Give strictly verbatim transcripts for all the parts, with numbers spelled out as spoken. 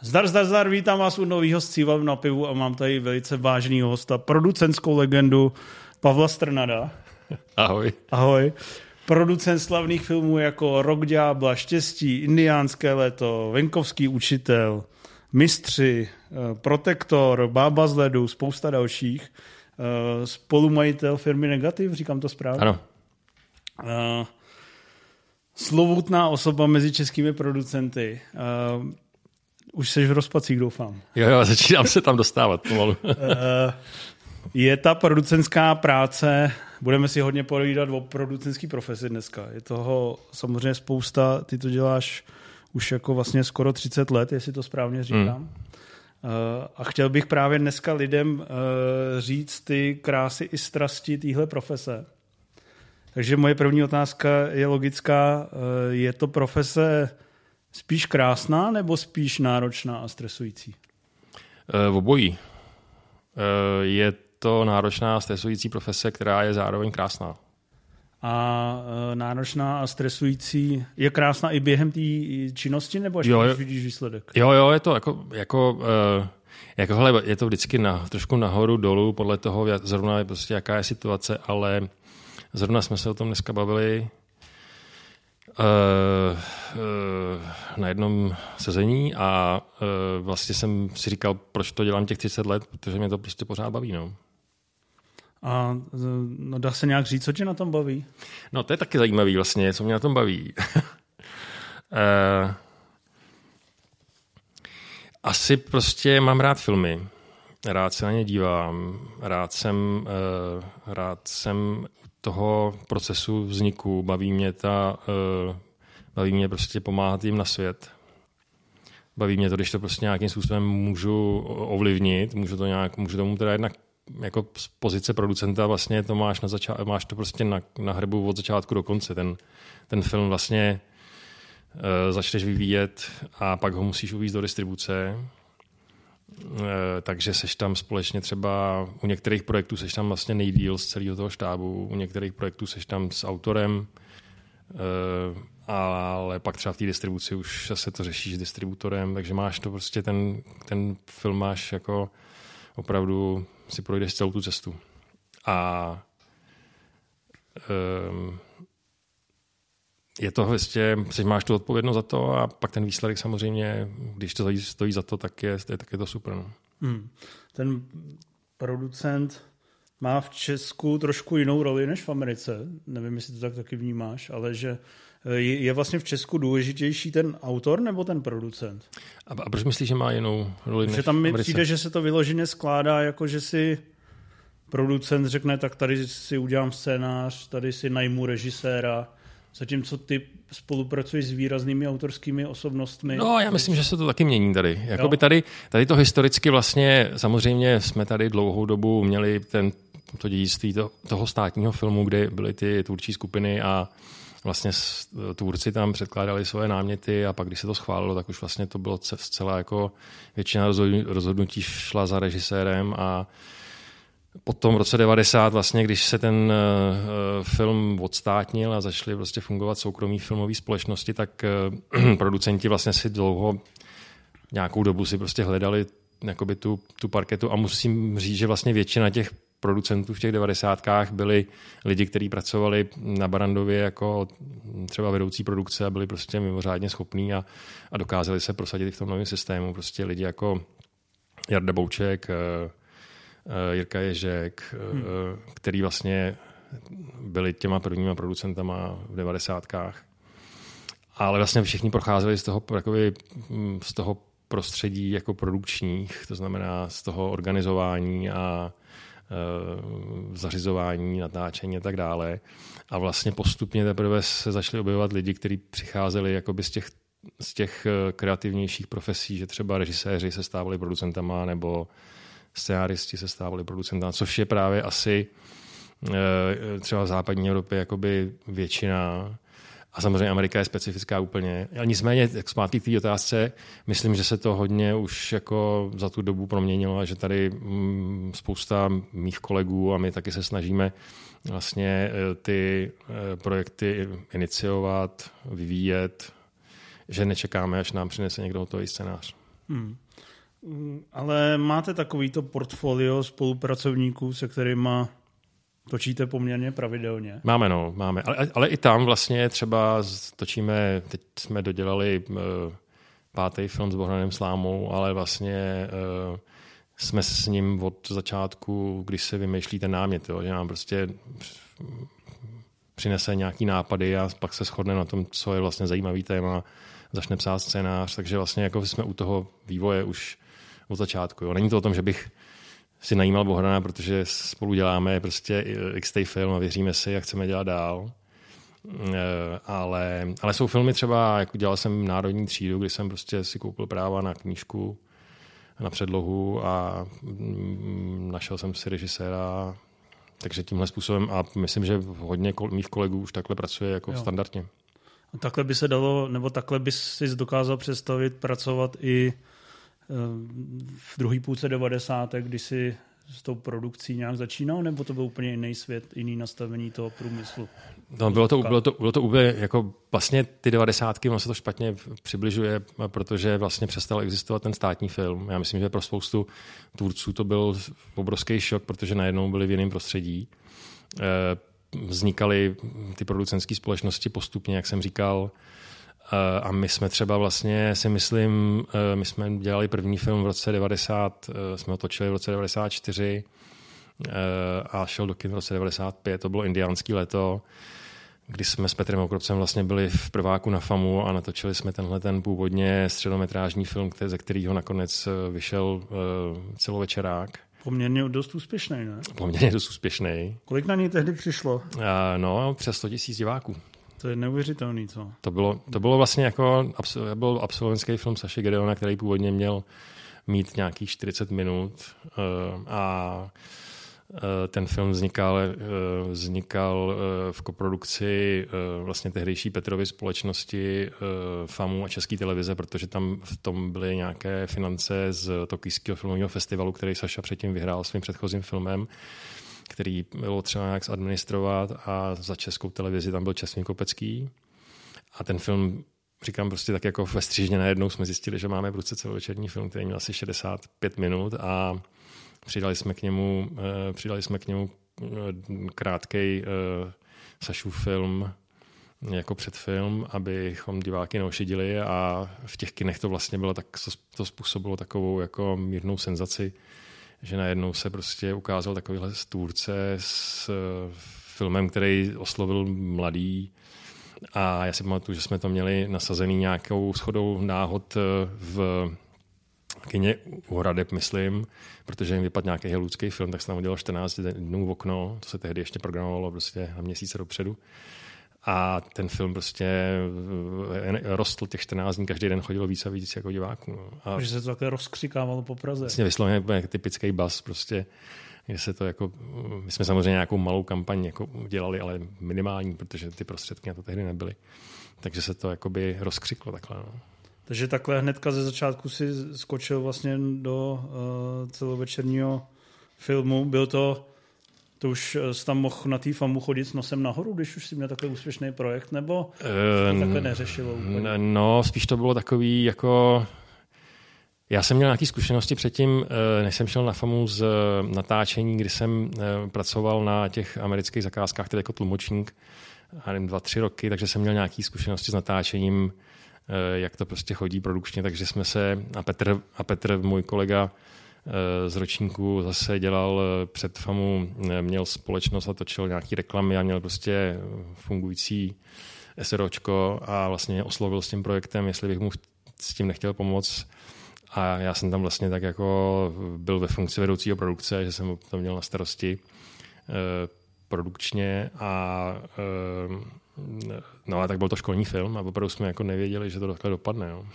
Zdar, zdar, zdar, vítám vás u novýho Scíval na pivu a mám tady velice vážnýho hosta, producentskou legendu Pavla Strnada. Ahoj. Ahoj. Producent slavných filmů jako Rok ďábla, Štěstí, Indiánské léto, Venkovský učitel, Mistři, Protektor, Bába z ledu, spousta dalších. Spolumajitel firmy Negativ, říkám to správně? Ano. Slovutná osoba mezi českými producenty. Už jsi v rozpacích, doufám. Jo, jo, začínám se tam dostávat pomalu. Je ta producentská práce, budeme si hodně povídat o producentský profesi dneska. Je toho samozřejmě spousta, ty to děláš už jako vlastně skoro třicet let, jestli to správně říkám. Hmm. A chtěl bych právě dneska lidem říct ty krásy i strasti téhle profese. Takže moje první otázka je logická. Je to profese spíš krásná nebo spíš náročná a stresující? V obojí. Je to náročná a stresující profese, která je zároveň krásná. A náročná a stresující je krásná i během té činnosti, nebo až jo, když vidíš výsledek? Jo, jo, je to jako, jako, jako hele, je to vždycky na, trošku nahoru, dolů, podle toho zrovna prostě jaká je situace, ale zrovna jsme se o tom dneska bavili uh, uh, na jednom sezení a uh, vlastně jsem si říkal, proč to dělám těch třicet let, protože mě to prostě pořád baví, no. A no, dá se nějak říct, co tě na tom baví? No to je taky zajímavý vlastně, co mě na tom baví. uh, asi prostě mám rád filmy, rád se na ně dívám, rád jsem, uh, rád jsem toho procesu vzniku, baví mě ta, uh, baví mě prostě pomáhat jim na svět. Baví mě to, když to prostě nějakým způsobem můžu ovlivnit, můžu to nějak, můžu tomu teda jednak jako z pozice producenta vlastně to máš na začátku, máš to prostě na, na hrbu od začátku do konce. Ten, ten film vlastně uh, začneš vyvíjet a pak ho musíš uvést do distribuce. Uh, takže seš tam společně třeba, u některých projektů seš tam vlastně nejdýl z celého toho štábu, u některých projektů seš tam s autorem, uh, ale pak třeba v té distribuci už se to řešíš s distributorem, takže máš to prostě ten, ten film máš jako opravdu si projdeš celou tu cestu. A um, je to vlastně, máš tu odpovědnost za to a pak ten výsledek samozřejmě, když to stojí za to, tak je, tak je to super. No. Hmm. Ten producent má v Česku trošku jinou roli než v Americe. Nevím, jestli to tak taky vnímáš, ale že je, je vlastně v Česku důležitější ten autor nebo ten producent? A, a proč myslíš, že má jinou roli než v Americe? Že tam mi přijde, že se to vyloženě skládá, jako že si producent řekne, tak tady si udělám scénář, tady si najmu režiséra, zatímco ty spolupracuješ s výraznými autorskými osobnostmi. No, já myslím, že se to taky mění tady. Jakoby tady, tady to historicky vlastně, samozřejmě jsme tady dlouhou dobu měli ten, to dědictví to, toho státního filmu, kde byly ty tvůrčí skupiny a vlastně tvůrci tam předkládali svoje náměty a pak, když se to schválilo, tak už vlastně to bylo zcela jako většina rozhodnutí šla za režisérem a potom v roce devadesát vlastně, když se ten uh, film odstátnil a začaly prostě fungovat soukromí filmové společnosti, tak uh, producenti vlastně si dlouho nějakou dobu si prostě hledali jakoby tu, tu parketu a musím říct, že vlastně většina těch producentů v těch devadesátkách byli lidi, kteří pracovali na Barrandově jako třeba vedoucí produkce a byli prostě mimořádně schopní a, a dokázali se prosadit v tom novém systému. Prostě lidi jako Jarda Bouček, Jirka Ježek, hmm. který vlastně byli těma prvníma producentama v devadesátkách. Ale vlastně všichni procházeli z toho, jakoby, z toho prostředí jako produkčních, to znamená z toho organizování a zařizování, natáčení a tak dále. A vlastně postupně teprve se začali objevovat lidi, kteří přicházeli jakoby z těch, z těch kreativnějších profesí, že třeba režiséři se stávali producentama nebo scenáristi se stávali producentama, což je právě asi třeba v západní Evropě jakoby většina. A samozřejmě Amerika je specifická úplně. A nicméně, jak zpátky k té otázce, myslím, že se to hodně už jako za tu dobu proměnilo a že tady spousta mých kolegů a my taky se snažíme vlastně ty projekty iniciovat, vyvíjet, že nečekáme, až nám přinese někdo hotový scénář. Hmm. Ale máte takovýto portfolio spolupracovníků, se kterými točíte poměrně pravidelně? Máme, no, máme. Ale, ale i tam vlastně třeba točíme, teď jsme dodělali uh, pátý film s Bohdanem Slámou, ale vlastně uh, jsme s ním od začátku, když se vymýšlí ten námět, jo, že nám prostě přinese nějaký nápady a pak se shodne na tom, co je vlastně zajímavý téma, začne psát scénář, takže vlastně jako jsme u toho vývoje už od začátku. Jo. Není to o tom, že bych si najímal Bohdana, protože spolu děláme prostě x-tej film a věříme si a chceme dělat dál. Ale, ale jsou filmy třeba, jako dělal jsem Národní třídu, kdy jsem prostě si koupil práva na knížku, na předlohu a našel jsem si režiséra, takže tímhle způsobem a myslím, že hodně mých kolegů už takhle pracuje jako jo. standardně. A takhle by se dalo, nebo takhle by si dokázal představit pracovat i v druhé půlce devadesátek, kdy si s tou produkcí nějak začínal, nebo to byl úplně jiný svět, jiný nastavení toho průmyslu? No, bylo, to, bylo, to, bylo to úplně, jako vlastně ty devadesátky, ono se to špatně přibližuje, protože vlastně přestal existovat ten státní film. Já myslím, že pro spoustu tvůrců to byl obrovský šok, protože najednou byli v jiném prostředí. Vznikaly ty producentské společnosti postupně, jak jsem říkal, a my jsme třeba vlastně, si myslím, my jsme dělali první film v roce devadesát, jsme ho točili v roce devadesát čtyři a šel do kin v roce devadesát pět, to bylo Indiánský léto, kdy jsme s Petrem Okropcem vlastně byli v prváku na FAMu a natočili jsme tenhle ten původně středometrážní film, ze kterého nakonec vyšel celovečerák. Poměrně dost úspěšný, ne? Poměrně dost úspěšný. Kolik na něj tehdy přišlo? No, přes sto tisíc diváků. To je neuvěřitelný, co? To bylo, to bylo vlastně jako byl absolventský film Saši Gedeona, který původně měl mít nějakých čtyřicet minut a ten film vznikal, vznikal v koprodukci vlastně tehdejší Petrovy společnosti FAMu a České televize, protože tam v tom byly nějaké finance z Tokijského filmového festivalu, který Saša předtím vyhrál svým předchozím filmem, který bylo třeba nějak zadministrovat a za Českou televizi tam byl Česmín Kopecký. A ten film, říkám prostě tak jako ve střížně najednou jsme zjistili, že máme v ruce celovečerní film, který měl asi šedesát pět minut a přidali jsme k němu, přidali jsme k němu krátkej Sašův film jako předfilm, abychom diváky neošidili a v těch kinech to vlastně bylo tak, to způsobilo takovou jako mírnou senzaci, že najednou se prostě ukázal takovýhle tvůrce s filmem, který oslovil mladý. A já si pamatuju, že jsme to měli nasazený nějakou shodou náhod v kině u Hradeb, myslím, protože jim vypadl nějaký hollywoodský film, tak se tam udělal čtrnáct dnů v okno, to se tehdy ještě programovalo prostě na měsíce dopředu. A ten film prostě rostl těch čtrnáct dní, každý den chodilo víc a víc jako diváků. No. A že se to takhle rozkřikávalo po Praze. Vlastně vysloveně jak typický bas, prostě, kde se to jako, my jsme samozřejmě nějakou malou kampaň jako udělali, ale minimální, protože ty prostředky na to tehdy nebyly. Takže se to jakoby rozkřiklo takhle. No. Takže takhle hnedka ze začátku si skočil vlastně do uh, celovečerního filmu. Byl to To už jsi tam mohl na té FAMu chodit s nosem nahoru, když už jsi měl takový úspěšný projekt, nebo to takhle neřešilo úplně? No, spíš to bylo takový jako... Já jsem měl nějaké zkušenesti předtím, než jsem šel na FAMu z natáčení, kdy jsem pracoval na těch amerických zakázkách, tedy jako tlumočník, nevím, dva, tři roky, takže jsem měl nějaké zkušenosti s natáčením, jak to prostě chodí produkčně, takže jsme se... A Petr, a Petr můj kolega, z ročníku zase dělal před FAMu, měl společnost a točil nějaký reklamy a měl prostě fungující SROčko a vlastně oslovil s tím projektem, jestli bych mu s tím nechtěl pomoct. A já jsem tam vlastně tak jako byl ve funkci vedoucího produkce, že jsem to měl na starosti produkčně a no a tak byl to školní film a opravdu jsme jako nevěděli, že to takhle dopadne. Jo.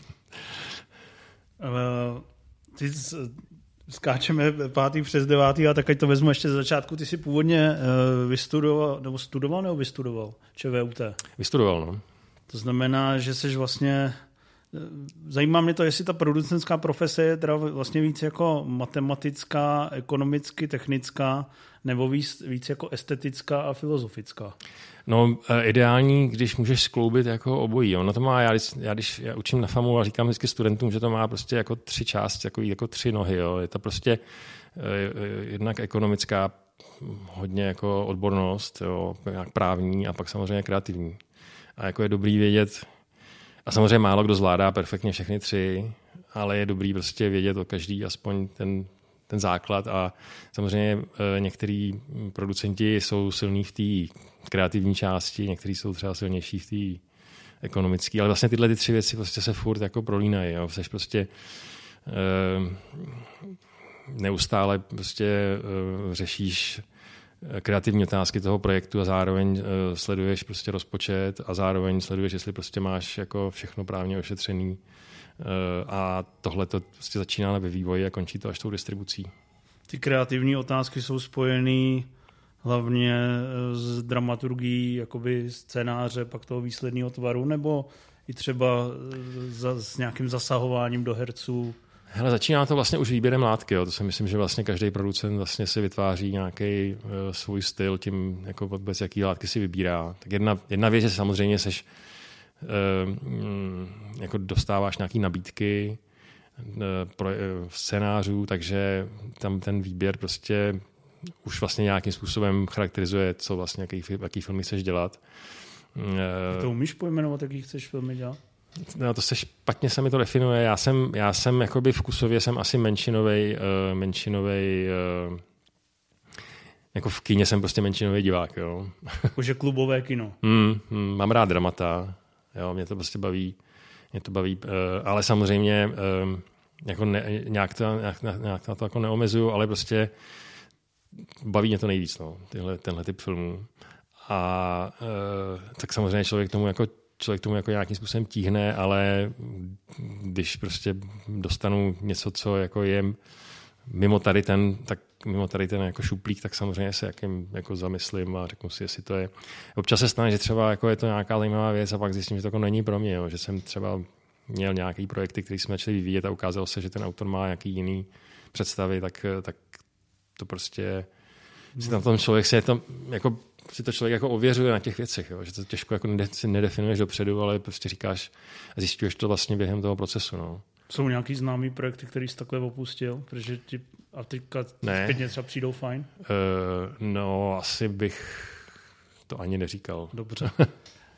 Uh... Ty skáčeme pátý přes devátý a tak ať to vezmu ještě ze začátku. Ty jsi původně vystudoval, nebo studoval, nebo vystudoval ČVUT? Vystudoval, no. To znamená, že jsi vlastně zajímá mě to, jestli ta producentská profese je teda vlastně víc jako matematická, ekonomicky technická, nebo víc, víc jako estetická a filozofická. No ideální, když můžeš skloubit jako obojí. Ono to má, já když, já když já učím na FAMu a říkám vždycky studentům, že to má prostě jako tři části, jako, jako tři nohy. Jo. Je to prostě jednak ekonomická, hodně jako odbornost, jo, jak právní a pak samozřejmě kreativní. A jako je dobrý vědět, a samozřejmě málo kdo zvládá perfektně všechny tři, ale je dobrý prostě vědět o každý aspoň ten, ten základ a samozřejmě e, některý producenti jsou silní v té kreativní části, někteří jsou třeba silnější v té ekonomické, ale vlastně tyhle ty tři věci prostě se furt jako prolínají. Jo. Jseš prostě e, neustále prostě e, řešíš kreativní otázky toho projektu a zároveň uh, sleduješ prostě rozpočet a zároveň sleduješ, jestli prostě máš jako všechno právně ošetřený uh, a tohle to prostě začíná ve vývoji a končí to až tou distribucí. Ty kreativní otázky jsou spojený hlavně s dramaturgií, jakoby scénáře, pak toho výsledného tvaru, nebo i třeba za, s nějakým zasahováním do herců? Hele, začíná to vlastně už výběrem látky. Jo. To si myslím, že vlastně každý producent vlastně si vytváří nějaký uh, svůj styl tím, jako vůbec jaký látky si vybírá. Tak jedna, jedna věc je samozřejmě, seš, uh, mm, jako dostáváš nějaký nabídky uh, pro, uh, scénářů, takže tam ten výběr prostě už vlastně nějakým způsobem charakterizuje, co vlastně, jaký, jaký filmy chceš dělat. Uh, to umíš pojmenovat, jaký chceš filmy dělat? No, to se špatně se mi to definuje. Já jsem, já jsem jakoby vkusově jsem asi menšinovej, uh, menšinovej uh, jako v kině jsem prostě menšinový divák, jo. Jakože klubové kino. Mm, mm, mám rád dramata, jo, mě to prostě baví, mě to baví, uh, ale samozřejmě uh, jako ne, nějak, to, nějak, nějak na to jako neomezuju, ale prostě baví mě to nejvíc, no, tyhle, tenhle typ filmů. A uh, tak samozřejmě člověk tomu jako člověk tomu jako nějakým způsobem tíhne, ale když prostě dostanu něco, co jako je mimo tady ten, tak mimo tady ten jako šuplík, tak samozřejmě se jakým jako zamyslím a řeknu si, jestli to je. Občas se stane, že třeba jako je to nějaká zajímavá věc a pak zjistím, že to jako není pro mě, jo. Že jsem třeba měl nějaký projekty, který jsme začali vyvíjet a ukázalo se, že ten autor má nějaký jiný představy, tak, tak to prostě si tam tom člověk si je to jako si to člověk jako ověřuje na těch věcech, jo? Že to těžko jako si nedefinuješ dopředu, ale prostě říkáš a zjišťuješ to vlastně během toho procesu. No. Jsou nějaký známý projekty, který jsi takhle opustil? Protože ti a teďka zpětně třeba přijdou fajn? Uh, no, asi bych to ani neříkal. Dobře. uh,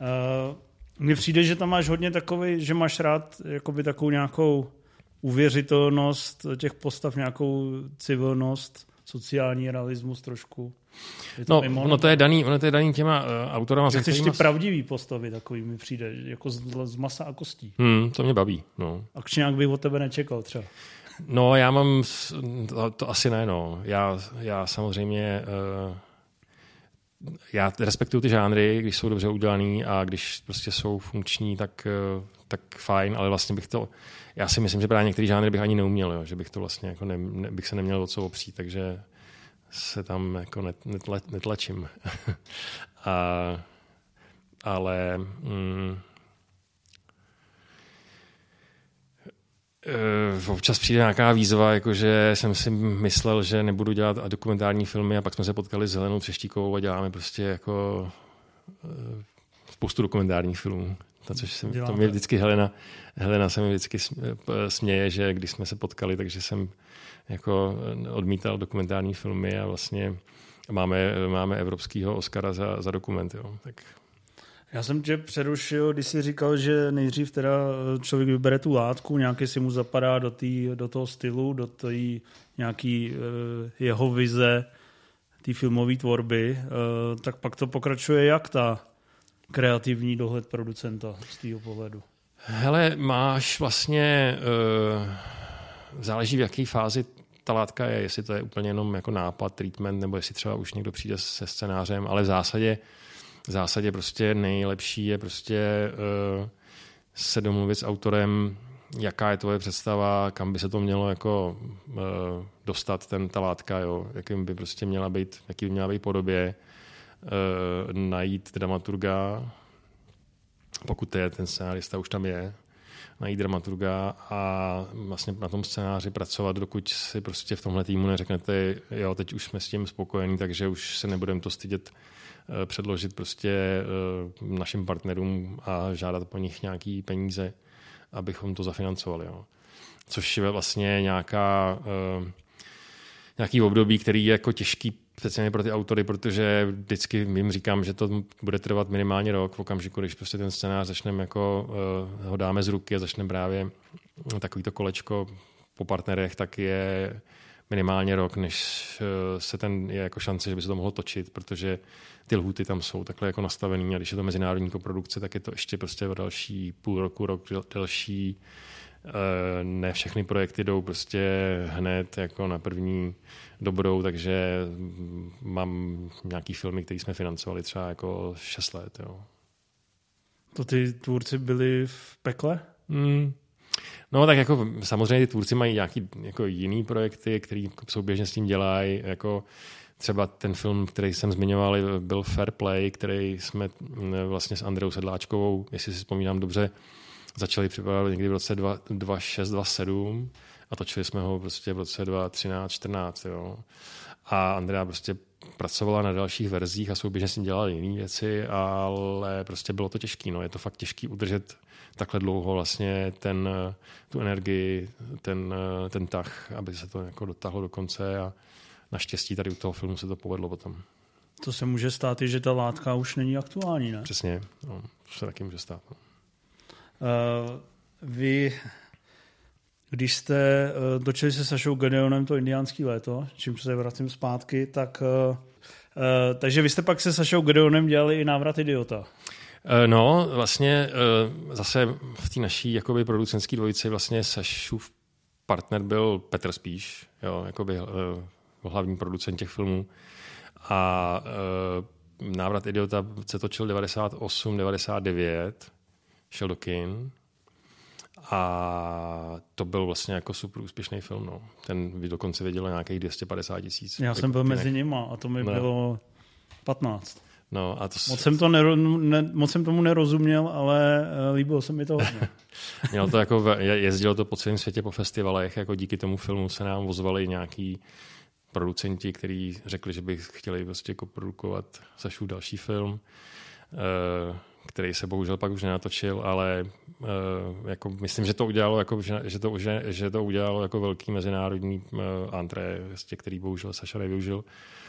Mně přijde, že tam máš hodně takový, že máš rád jakoby takovou nějakou uvěřitelnost těch postav, nějakou civilnost, sociální realismus trošku. No, ono to je daný, ono to je daný těma uh, autorama. Že chceš ty pravdivý postavy, takový mi přijde, jako z, z masa a kostí. Hmm, to mě baví. No. Akčňák bych od tebe nečekal třeba. No, já mám, to, to asi ne, no. Já, já samozřejmě, uh, já respektuju ty žánry, když jsou dobře udělaný a když prostě jsou funkční, tak, uh, tak fajn, ale vlastně bych to, já si myslím, že právě některý žánry bych ani neuměl, jo, že bych to vlastně jako ne, ne, bych se neměl o co opřít, takže se tam jako net, netle, netlačím. a, ale mm, občas přijde nějaká výzva, jakože jsem si myslel, že nebudu dělat dokumentární filmy a pak jsme se potkali s Helenou Třeštíkovou a děláme prostě jako spoustu dokumentárních filmů. To, což jsem, to mě vždycky Helena, Helena se mi vždycky směje, že když jsme se potkali, takže jsem jako odmítal dokumentární filmy a vlastně máme, máme evropskýho Oscara za, za dokument. Jo. Tak. Já jsem tě přerušil, když jsi říkal, že nejdřív teda člověk vybere tu látku, nějaký si mu zapadá do, tý, do toho stylu, do té nějaký uh, jeho vize, té filmové tvorby, uh, tak pak to pokračuje jak ta kreativní dohled producenta z tého pohledu? Hele, máš vlastně, uh, záleží v jaké fázi ta látka je, jestli to je úplně jenom jako nápad, treatment, nebo jestli třeba už někdo přijde se scénářem, ale v zásadě, v zásadě prostě nejlepší je prostě uh, se domluvit s autorem, jaká je tvoje představa, kam by se to mělo jako uh, dostat ten, ta látka, jo, jakým by prostě měla být, jaký by měla být podobě, uh, najít dramaturga, pokud je ten scénárista už tam je, najít dramaturga a vlastně na tom scénáři pracovat, dokud si prostě v tomhle týmu neřeknete, jo, teď už jsme s tím spokojení, takže už se nebudeme to stydět předložit prostě našim partnerům a žádat po nich nějaký peníze, abychom to zafinancovali. Jo. Což je vlastně nějaká, nějaký období, který je jako těžký speciálně pro ty autory, protože vždycky jim říkám, že to bude trvat minimálně rok v okamžiku, když prostě ten scénář začneme jako, ho dáme z ruky a začneme právě takovýto kolečko po partnerech, tak je minimálně rok, než se ten je jako šance, že by se to mohlo točit, protože ty lhůty tam jsou takhle jako nastavený a když je to mezinárodní koprodukce, tak je to ještě prostě o další půl roku, rok delší. Ne všechny projekty jdou prostě hned jako na první dobrou, takže mám nějaký filmy, které jsme financovali třeba jako šest let. Jo. To ty tvůrci byli v pekle? Mm. No tak jako samozřejmě ty tvůrci mají nějaký jako jiný projekty, které souběžně s tím dělají, jako třeba ten film, který jsem zmiňoval, byl Fair Play, který jsme vlastně s Andreou Sedláčkovou, jestli si vzpomínám dobře, začali připravovat někdy v roce dva tisíce šest dva tisíce sedm a točili jsme ho prostě v roce dva tisíce třináct čtrnáct. Jo. A Andrea prostě pracovala na dalších verzích a souběžně s tím dělala jiné věci, ale prostě bylo to těžké. No. Je to fakt těžké udržet takhle dlouho vlastně ten, tu energii, ten, ten tah, aby se to jako dotáhlo do konce a naštěstí tady u toho filmu se to povedlo potom. To se může stát i, že ta látka už není aktuální, ne? Přesně, no, to se taky může stát. No. Uh, vy, když jste uh, točili se Sašou Gedeonem to Indiánský léto, čím se vracím zpátky, tak uh, uh, takže vy jste pak se Sašou Gedeonem dělali i Návrat idiota. No, vlastně zase v té naší jakoby producentské dvojici vlastně Sašův partner byl Petr Spíš, jo, jakoby hlavní producent těch filmů. A Návrat idiota se točil devadesát osm devadesát devět, šel do kin a to byl vlastně jako super úspěšný film. No. Ten dokonce viděl nějakých dvě stě padesát tisíc. Já jsem byl mezi nima a to mi no. bylo patnáct. No, a to moc, jsem to nero, ne, moc jsem tomu nerozuměl, ale líbilo se mi to hodně. Mělo to jako, jezdilo to po celém světě po festivalech, jako díky tomu filmu se nám ozvali nějaký producenti, kteří řekli, že by chtěli prostě koprodukovat Sašův další film, který se bohužel pak už nenatočil, ale jako myslím, že to udělalo, jako, že, že, to, že, že to udělalo jako velký mezinárodní antré, který bohužel Saša nevyužil.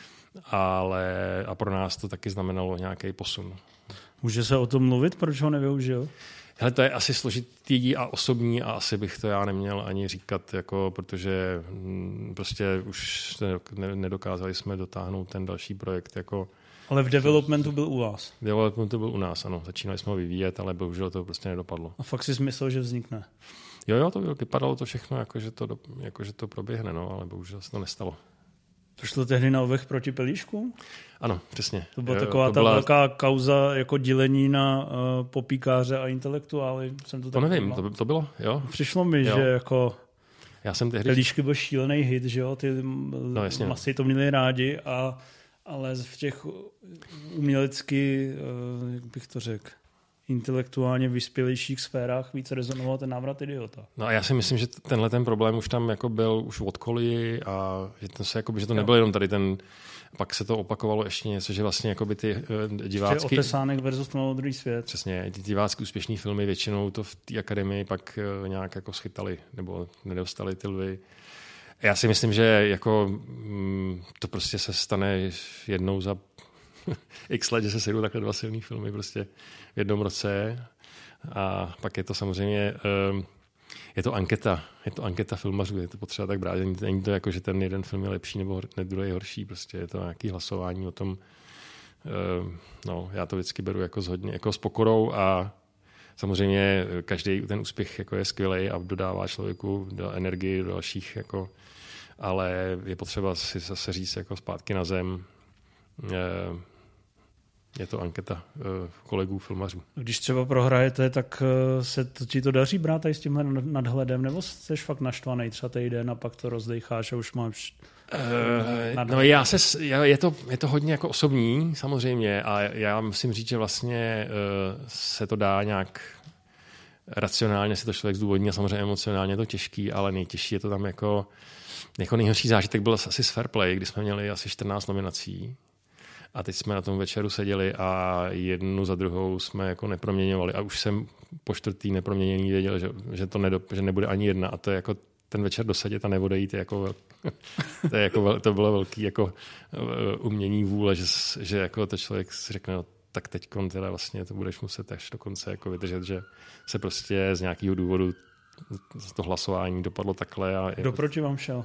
Ale a pro nás to taky znamenalo nějaký posun. Může se o tom mluvit, proč ho nevyužil? Hele, to je asi složitý a osobní a asi bych to já neměl ani říkat, jako, protože prostě už nedokázali jsme dotáhnout ten další projekt. Jako, ale v developmentu byl u vás? V developmentu byl u nás, ano. Začínali jsme ho vyvíjet, ale bohužel to prostě nedopadlo. A fakt si myslel, že vznikne? Jo, jo, to vypadalo to všechno, jako, že, to, jako, že to proběhne, no, ale bohužel se to nestalo. To šlo tehdy na Ovech proti Pelíšku? Ano, přesně. To byla jo, taková to ta byla... velká kauza jako dělení na uh, popíkáře a intelektuály. Jsem to to nevím, to, to bylo, jo. Přišlo mi, jo. že jako já jsem tehdy... Pelíšky byl šílený hit, že jo, ty no, jasně. masy to měli rádi, a, ale v těch umělecky, uh, jak bych to řekl, intelektuálně vyspělejších sférách víc rezonoval ten Návrat idiota. No a já si myslím, že tenhle ten problém už tam jako byl už od kolí a že to, se, jakoby, že to nebyl jenom tady ten, pak se to opakovalo ještě něco, že vlastně jakoby ty uh, divácky... Otesánek versus Modrý svět. Přesně, ty divácky úspěšný filmy většinou to v té akademii pak uh, nějak jako schytali nebo nedostali ty lvy. Já si myslím, že jako mm, to prostě se stane jednou za x let, že se sejdou takhle dva silný filmy prostě v jednom roce a pak je to samozřejmě um, je to anketa, je to anketa filmařů, je to potřeba tak brát, není to jako, že ten jeden film je lepší nebo ne, druhý je horší, prostě je to nějaký hlasování o tom, um, no já to vždycky beru jako s hodně, jako s pokorou a samozřejmě každý ten úspěch jako je skvělej a dodává člověku do energii do dalších, jako, ale je potřeba si zase říct jako zpátky na zem. Je to anketa kolegů filmařů. Když třeba prohrajete, tak se to, ti to daří brát tady s tímhle nadhledem, nebo jsi fakt naštvaný třeba týden a pak to rozdejcháš a už máš... Uh, no já se, je, to, je to hodně jako osobní samozřejmě a já musím říct, že vlastně uh, se to dá nějak racionálně si to člověk zdůvodní a samozřejmě emocionálně je to těžký, ale nejtěžší je to tam jako, jako nejhorší zážitek byl asi z Fair Play, kdy jsme měli asi čtrnáct nominací a teď jsme na tom večeru seděli a jednu za druhou jsme jako neproměňovali a už jsem po čtvrtý neproměněný věděl, že, že, to nedo, že nebude ani jedna a to je jako ten večer dosadit a neodejít, jako, to, je jako, to bylo velký jako umění vůle, že, že jako to člověk si řekne, no, tak teď teda vlastně to budeš muset až do konce jako vydržet, že se prostě z nějakého důvodu to hlasování dopadlo takhle. A kdo proti vám šel?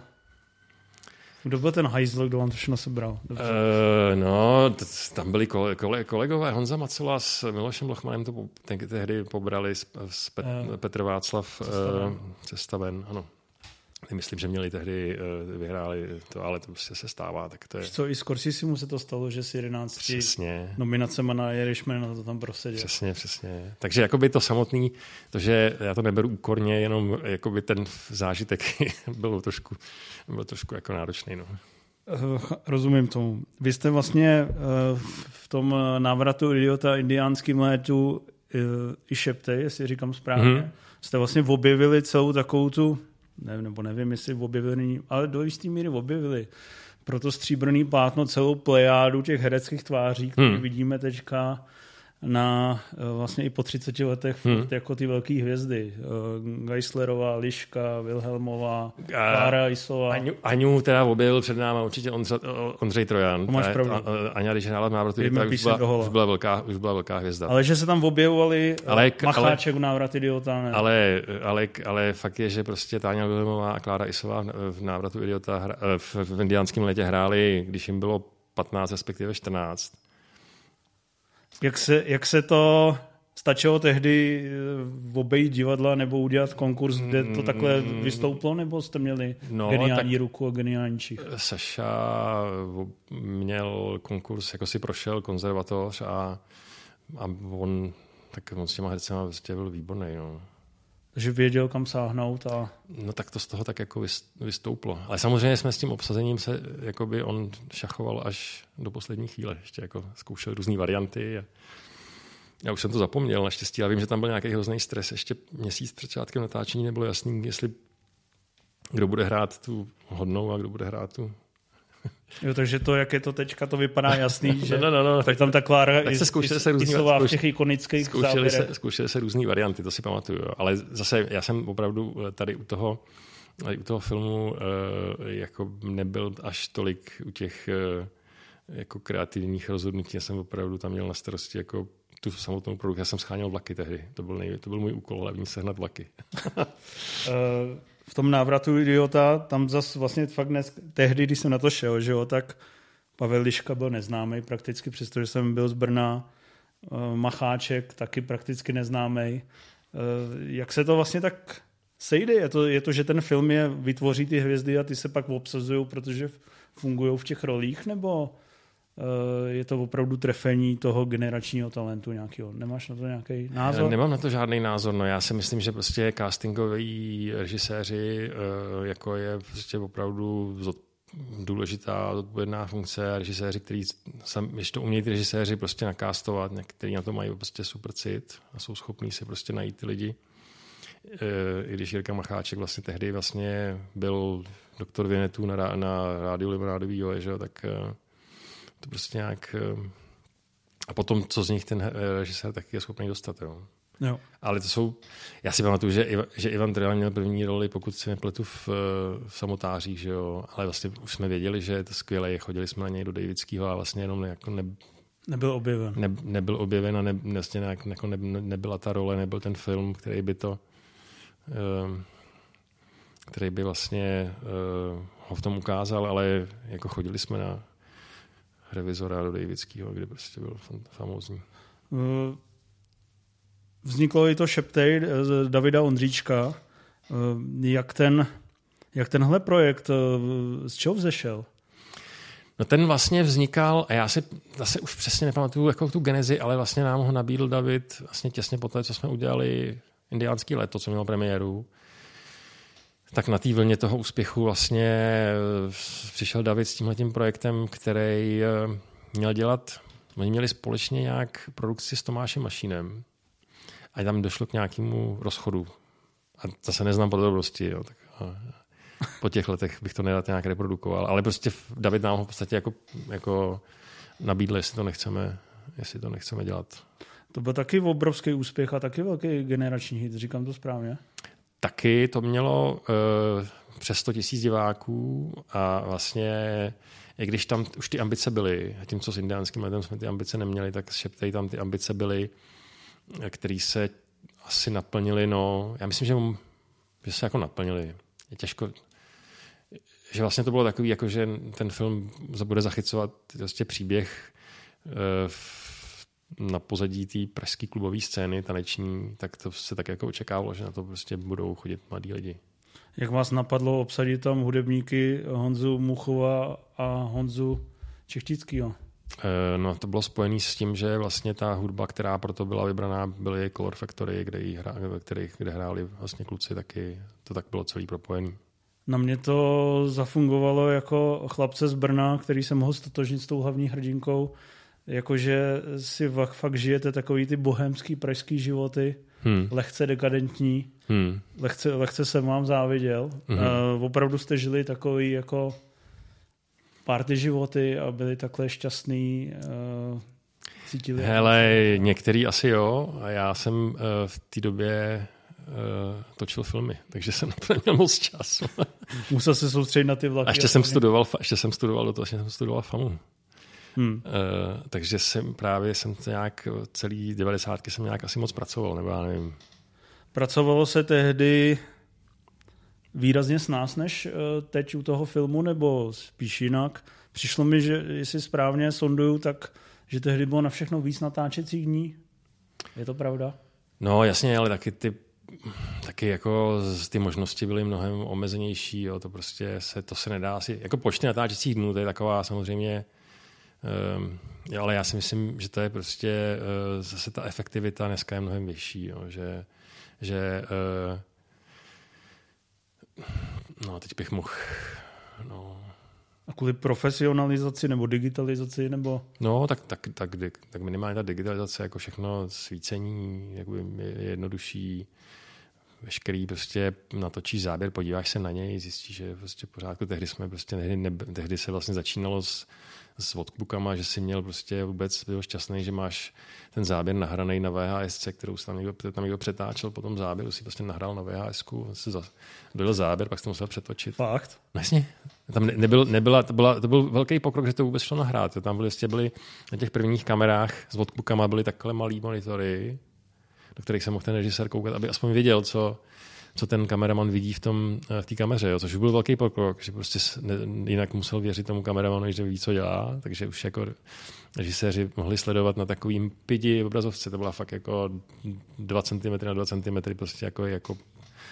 Kdo byl ten hajzl, kdo vám to všechno sebral? Uh, no, t- tam byli kole, kole, kolegové Honza Macula s Milošem Lochmanem to po, ten, tehdy pobrali s, s Pet- uh, Petr Václav Cesta ven, uh, ano. Myslím, že měli tehdy, uh, vyhráli to, ale to prostě se stává. Tak to je... Co, i Scorsese mu se to stalo, že si jedenácti nominacema na Irishmana to tam prosadil. Přesně, přesně. Takže jakoby to samotný, to, že já to neberu úkorně, jenom jakoby ten zážitek byl trošku, byl trošku jako náročný. No. Rozumím tomu. Vy jste vlastně v tom návratu Idiota indiánským létu i Šeptej, jestli říkám správně, mm-hmm. jste vlastně objevili celou takovou tu Ne, nebo nevím, jestli objevili, ale do jistý míry objevili. Proto stříbrný plátno celou plejádu těch hereckých tváří, které hmm. vidíme teďka na vlastně i po třiceti letech hmm. jako ty velké hvězdy. Geislerová, Liška, Wilhelmová, Klára Isová. Aňu, Aňu teda objevil před náma určitě Ondře, Ondřej Trojan. Máš pravdu. Aňa, když hrála v návratu, tak už byla, už, byla velká, už byla velká hvězda. Ale že se tam objevovali ale, Macháček v Návrat idiota, ne? Ale, ale, ale fakt je, že prostě Táňa Wilhelmová a Klára Isová v Návratu idiota hra, v, v indiánském létě hráli, když jim bylo patnáct, respektive čtrnáct. Jak se, jak se to stačilo tehdy obejít divadla nebo udělat konkurs, kde to takhle vystouplo, nebo jste měli no, geniální ruku a geniální čich? Saša měl konkurs, jako si prošel konzervatoř a, a on, tak on s těma hercema vlastně byl výborný. No. Takže věděl, kam sáhnout a... No tak to z toho tak jako vystouplo. Ale samozřejmě jsme s tím obsazením se, jakoby on šachoval až do poslední chvíle. Ještě jako zkoušel různý varianty. A já už jsem to zapomněl naštěstí. Já vím, že tam byl nějaký hrozný stres. Ještě měsíc před začátkem natáčení nebylo jasný, jestli kdo bude hrát tu hodnou a kdo bude hrát tu... Jo, takže to, jak je to teďka, to vypadá jasný, že no, no, no, tak tam ta Klára tak se zkoušeli se různý, v těch ikonických zkoušeli se, zkoušeli se různý varianty, to si pamatuju. Jo. Ale zase já jsem opravdu tady u toho, tady u toho filmu uh, jako nebyl až tolik u těch uh, jako kreativních rozhodnutí. Já jsem opravdu tam měl na starosti jako tu samotnou produkci. Já jsem scháněl vlaky tehdy. To byl, nej, to byl můj úkol, hlavní sehnat vlaky. uh... V tom Návratu idiota, tam zas vlastně fakt dnes, tehdy, když jsem na to šel, že jo, tak Pavel Liška byl neznámý prakticky, přestože jsem byl z Brna, Macháček taky prakticky neznámý. Jak se to vlastně tak sejde? Je to, je to, že ten film je vytvoří ty hvězdy a ty se pak obsazují, protože fungují v těch rolích, nebo je to opravdu trefení toho generačního talentu nějakého? Nemáš na to nějaký názor? Nemám na to žádný názor. No já si myslím, že prostě castingoví režiséři jako je prostě opravdu důležitá zodpovědná funkce a režiséři, kteří když to umějí ty režiséři prostě nakástovat, kteří na to mají prostě super cit a jsou schopní si prostě najít ty lidi. I když Jirka Macháček vlastně tehdy vlastně byl doktor Vinetů na, na rádiu Limonádový Joje, že jo, tak to prostě nějak... A potom, co z nich ten režisér taky je schopný dostat. Jo. Jo. Ale to jsou... Já si pamatuju, že, Iva, že Ivan Trojan měl první roli, pokud si nepletu, v, v Samotářích, že jo. Ale vlastně už jsme věděli, že je to skvělé. Chodili jsme na něj do Davidského a vlastně jenom jako ne, nebyl objeven. Ne, nebyl objeven a ne, vlastně nějak, jako ne, nebyla ta role, nebyl ten film, který by to... který by vlastně ho v tom ukázal, ale jako chodili jsme na Revizora do Davidského, kde prostě byl famózní. Vzniklo i to Šeptej z Davida Ondříčka. Jak, ten, jak tenhle projekt, z čeho vzešel? No ten vlastně vznikal, a já si zase už přesně nepamatuju jako tu genezi, ale vlastně nám ho nabídl David vlastně těsně po té, co jsme udělali Indiánský léto, co mělo premiéru. Tak na té vlně toho úspěchu vlastně přišel David s tímhletím projektem, který měl dělat, oni měli společně nějak produkci s Tomášem Mašínem a tam došlo k nějakému rozchodu. A zase neznám podrobnosti, jo, tak a, po těch letech bych to nerad nějak reprodukoval, ale prostě David nám ho v podstatě jako, jako nabídl, jestli to nechceme, jestli to nechceme dělat. To byl taky obrovský úspěch a taky velký generační hit, říkám to správně? Taky to mělo uh, přes sto tisíc diváků a vlastně, i když tam už ty ambice byly, a tím, co s indiánským letem jsme ty ambice neměli, tak s Šeptej tam ty ambice byly, které se asi naplnily, no, já myslím, že, že se jako naplnily. Je těžko, že vlastně to bylo takový, jako že ten film bude zachycovat vlastně příběh uh, na pozadí té pražské klubové scény taneční, tak to se tak jako očekávalo, že na to prostě budou chodit mladí lidi. Jak vás napadlo obsadit tam hudebníky Honzu Muchova a Honzu Čechtickýho? E, no to bylo spojené s tím, že vlastně ta hudba, která proto byla vybraná, byly Color Factory, kde, jí hra, kde, kde hráli vlastně kluci, taky to tak bylo celý propojený. Na mě to zafungovalo jako chlapce z Brna, který se mohl stotožnit s tou hlavní hrdinkou, jakože si fakt žijete takový ty bohemský pražský životy, hmm. lehce dekadentní, hmm. lehce, lehce jsem vám záviděl. Hmm. Uh, opravdu jste žili takový jako party životy a byli takhle šťastný, uh, cítili. Hele, některý asi jo, a já jsem uh, v té době uh, točil filmy, takže jsem na to neměl moc času. Musel se soustředit na ty vlaky. A ještě, a jsem studoval, ještě jsem studoval do toho, ještě jsem studoval FAMu. Hmm. Uh, takže jsem právě jsem to nějak celý devadesátky jsem nějak asi moc pracoval, nebo já nevím. Pracovalo se tehdy výrazně s nás než uh, teď u toho filmu, nebo spíš jinak? Přišlo mi, že jestli správně sonduju, tak že tehdy bylo na všechno víc natáčecích dní. Je to pravda? No jasně, ale taky ty taky jako ty možnosti byly mnohem omezenější, jo, to prostě se, to se nedá asi, jako počty natáčecích dnů, to je taková samozřejmě Um, jo, ale já si myslím, že to je prostě uh, zase ta efektivita dneska je mnohem vyšší, jo, že, že uh, no teď bych mohl no. A kvůli profesionalizaci nebo digitalizaci nebo? No tak, tak, tak, tak minimálně ta digitalizace, jako všechno svícení jakoby je jednodušší, veškerý prostě natočíš záběr, podíváš se na něj, zjistíš, že je prostě v pořádku. Tehdy jsme prostě, tehdy, ne, tehdy se vlastně začínalo s, s workbookama, že si měl prostě vůbec byl šťastný, že máš ten záběr nahraný na V H S, kterou si tam někdo, tam někdo přetáčel po tom záběru, si prostě nahrál na V H S ku, si dojel záběr, pak si to musel přetočit. Fakt? Vlastně. Tam ne, nebyl, nebyla, to, byla, to byl velký pokrok, že to vůbec šlo nahrát. Tam byly, byly na těch prvních kamerách s workbookama byly takhle malý monitory, do kterých se mohl ten režisér koukat, aby aspoň věděl, co, co ten kameraman vidí v tom v té kameře, jo. Což byl velký pokrok, že prostě ne, jinak musel věřit tomu kameramanu, že ví, co dělá, takže už jako režiséři mohli sledovat na takovým pidi obrazovce, to byla fakt jako dva centimetry na dva centimetry, prostě jako, jako uh,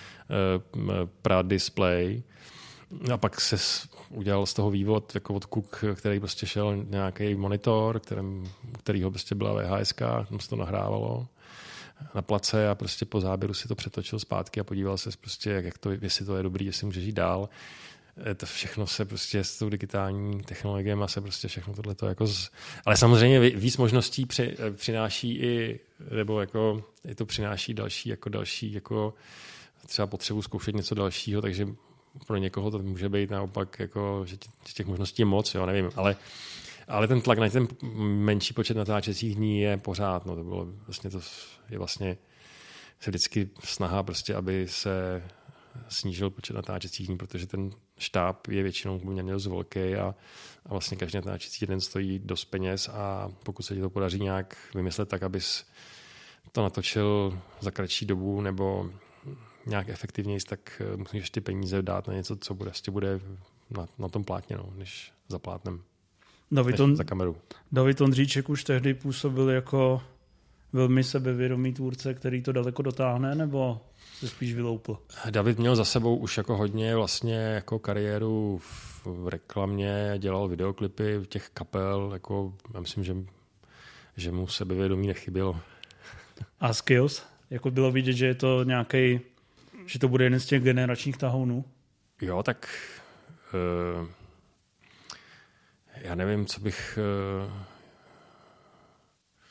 prát display. A pak se udělal z toho vývod jako od Cook, který prostě šel nějaký monitor, kterým, kterýho prostě byla V H S ka, tam se to nahrávalo na place a prostě po záběru si to přetočil zpátky a podíval se prostě, jak to, jestli to je dobrý, jestli může žít dál. To všechno se prostě s tou digitální technologiemi se prostě všechno tohleto jako z... Ale samozřejmě víc možností při, přináší i, nebo jako i to přináší další, jako další, jako třeba potřebu zkoušet něco dalšího, takže pro někoho to může být naopak, jako, že těch možností je moc, jo, nevím, ale Ale ten tlak na ten menší počet natáčecích dní je pořád. No, to bylo vlastně to je vlastně se vždycky snaha prostě, aby se snížil počet natáčecích dní, protože ten štáb je většinou poměrně dost velký a, a vlastně každý natáčecí den stojí dost peněz a pokud se ti to podaří nějak vymyslet tak, abys to natočil za kratší dobu nebo nějak efektivněji, tak musíš ty peníze dát na něco, co bude, bude na, na tom plátně, no, než za plátnem. David, on, za kameru. David Ondříček už tehdy působil jako velmi sebevědomý tvůrce, který to daleko dotáhne, nebo se spíš vyloupl? David měl za sebou už jako hodně vlastně jako kariéru v reklamě, dělal videoklipy těch kapel, jako já myslím, že, že mu sebevědomí nechybělo. A skills? Jako bylo vidět, že je to nějaký, že to bude jeden z těch generačních tahounů? Jo, tak uh, já nevím, co bych... Uh,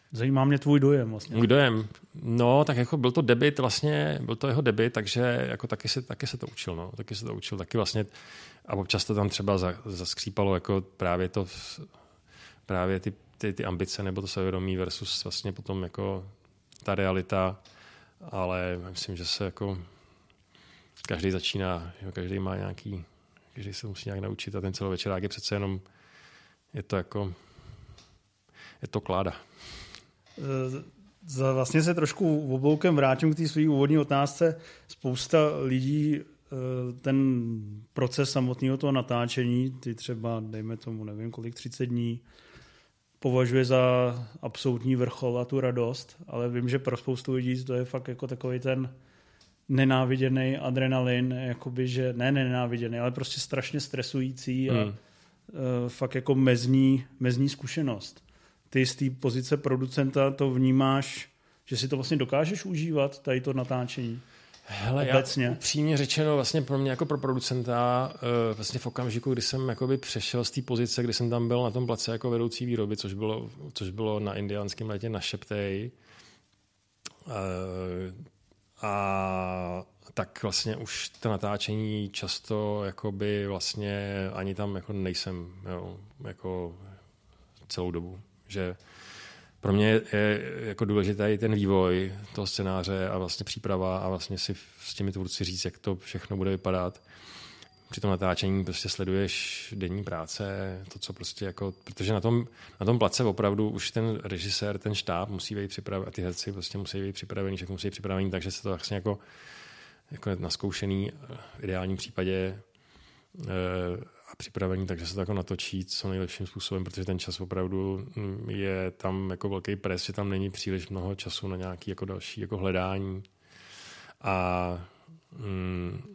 Zajímá mě tvůj dojem vlastně. Můj dojem? No, tak jako byl to debut vlastně, byl to jeho debut, takže jako taky se, taky se to učil, no. Taky se to učil, taky vlastně a občas to tam třeba zaskřípalo jako právě to, právě ty, ty, ty ambice nebo to sevědomí versus vlastně potom jako ta realita, ale myslím, že se jako každý začíná, že každý má nějaký, každý se musí nějak naučit a ten celovečerák je přece jenom, je to jako, je to kláda. Vlastně se trošku obloukem vrátím k té své úvodní otázce. Spousta lidí ten proces samotného toho natáčení, ty třeba, dejme tomu, nevím kolik, třicet dní, považuje za absolutní vrchol a tu radost, ale vím, že pro spoustu lidí to je fakt jako takový ten nenáviděný adrenalin, jakoby, že ne nenáviděný, ale prostě strašně stresující a hmm. uh, fakt jako mezní, mezní zkušenost. Ty z té pozice producenta to vnímáš, že si to vlastně dokážeš užívat, tady to natáčení? Hele, obecně. Já upřímně řečeno, vlastně pro mě jako pro producenta, uh, vlastně v okamžiku, kdy jsem jakoby přešel z té pozice, kdy jsem tam byl na tom place jako vedoucí výroby, což bylo, což bylo na indiánském letě na Šeptej, uh, a tak vlastně už to natáčení často jakoby vlastně ani tam jako nejsem, jo, jako celou dobu. Že pro mě je jako důležitý ten vývoj toho scénáře a vlastně příprava a vlastně si s těmi tvůrci říct, jak to všechno bude vypadat. Při tom natáčení prostě sleduješ denní práce, to, co prostě jako, protože na tom, na tom place opravdu už ten režisér, ten štáb musí být připravený a ty herci prostě musí být připravení, všechno musí být připravení, takže se to vlastně jako, jako naskoušený v ideálním případě a připravení, takže se to jako natočí co nejlepším způsobem, protože ten čas opravdu je tam jako velký pres, že tam není příliš mnoho času na nějaké jako další jako hledání. A mm,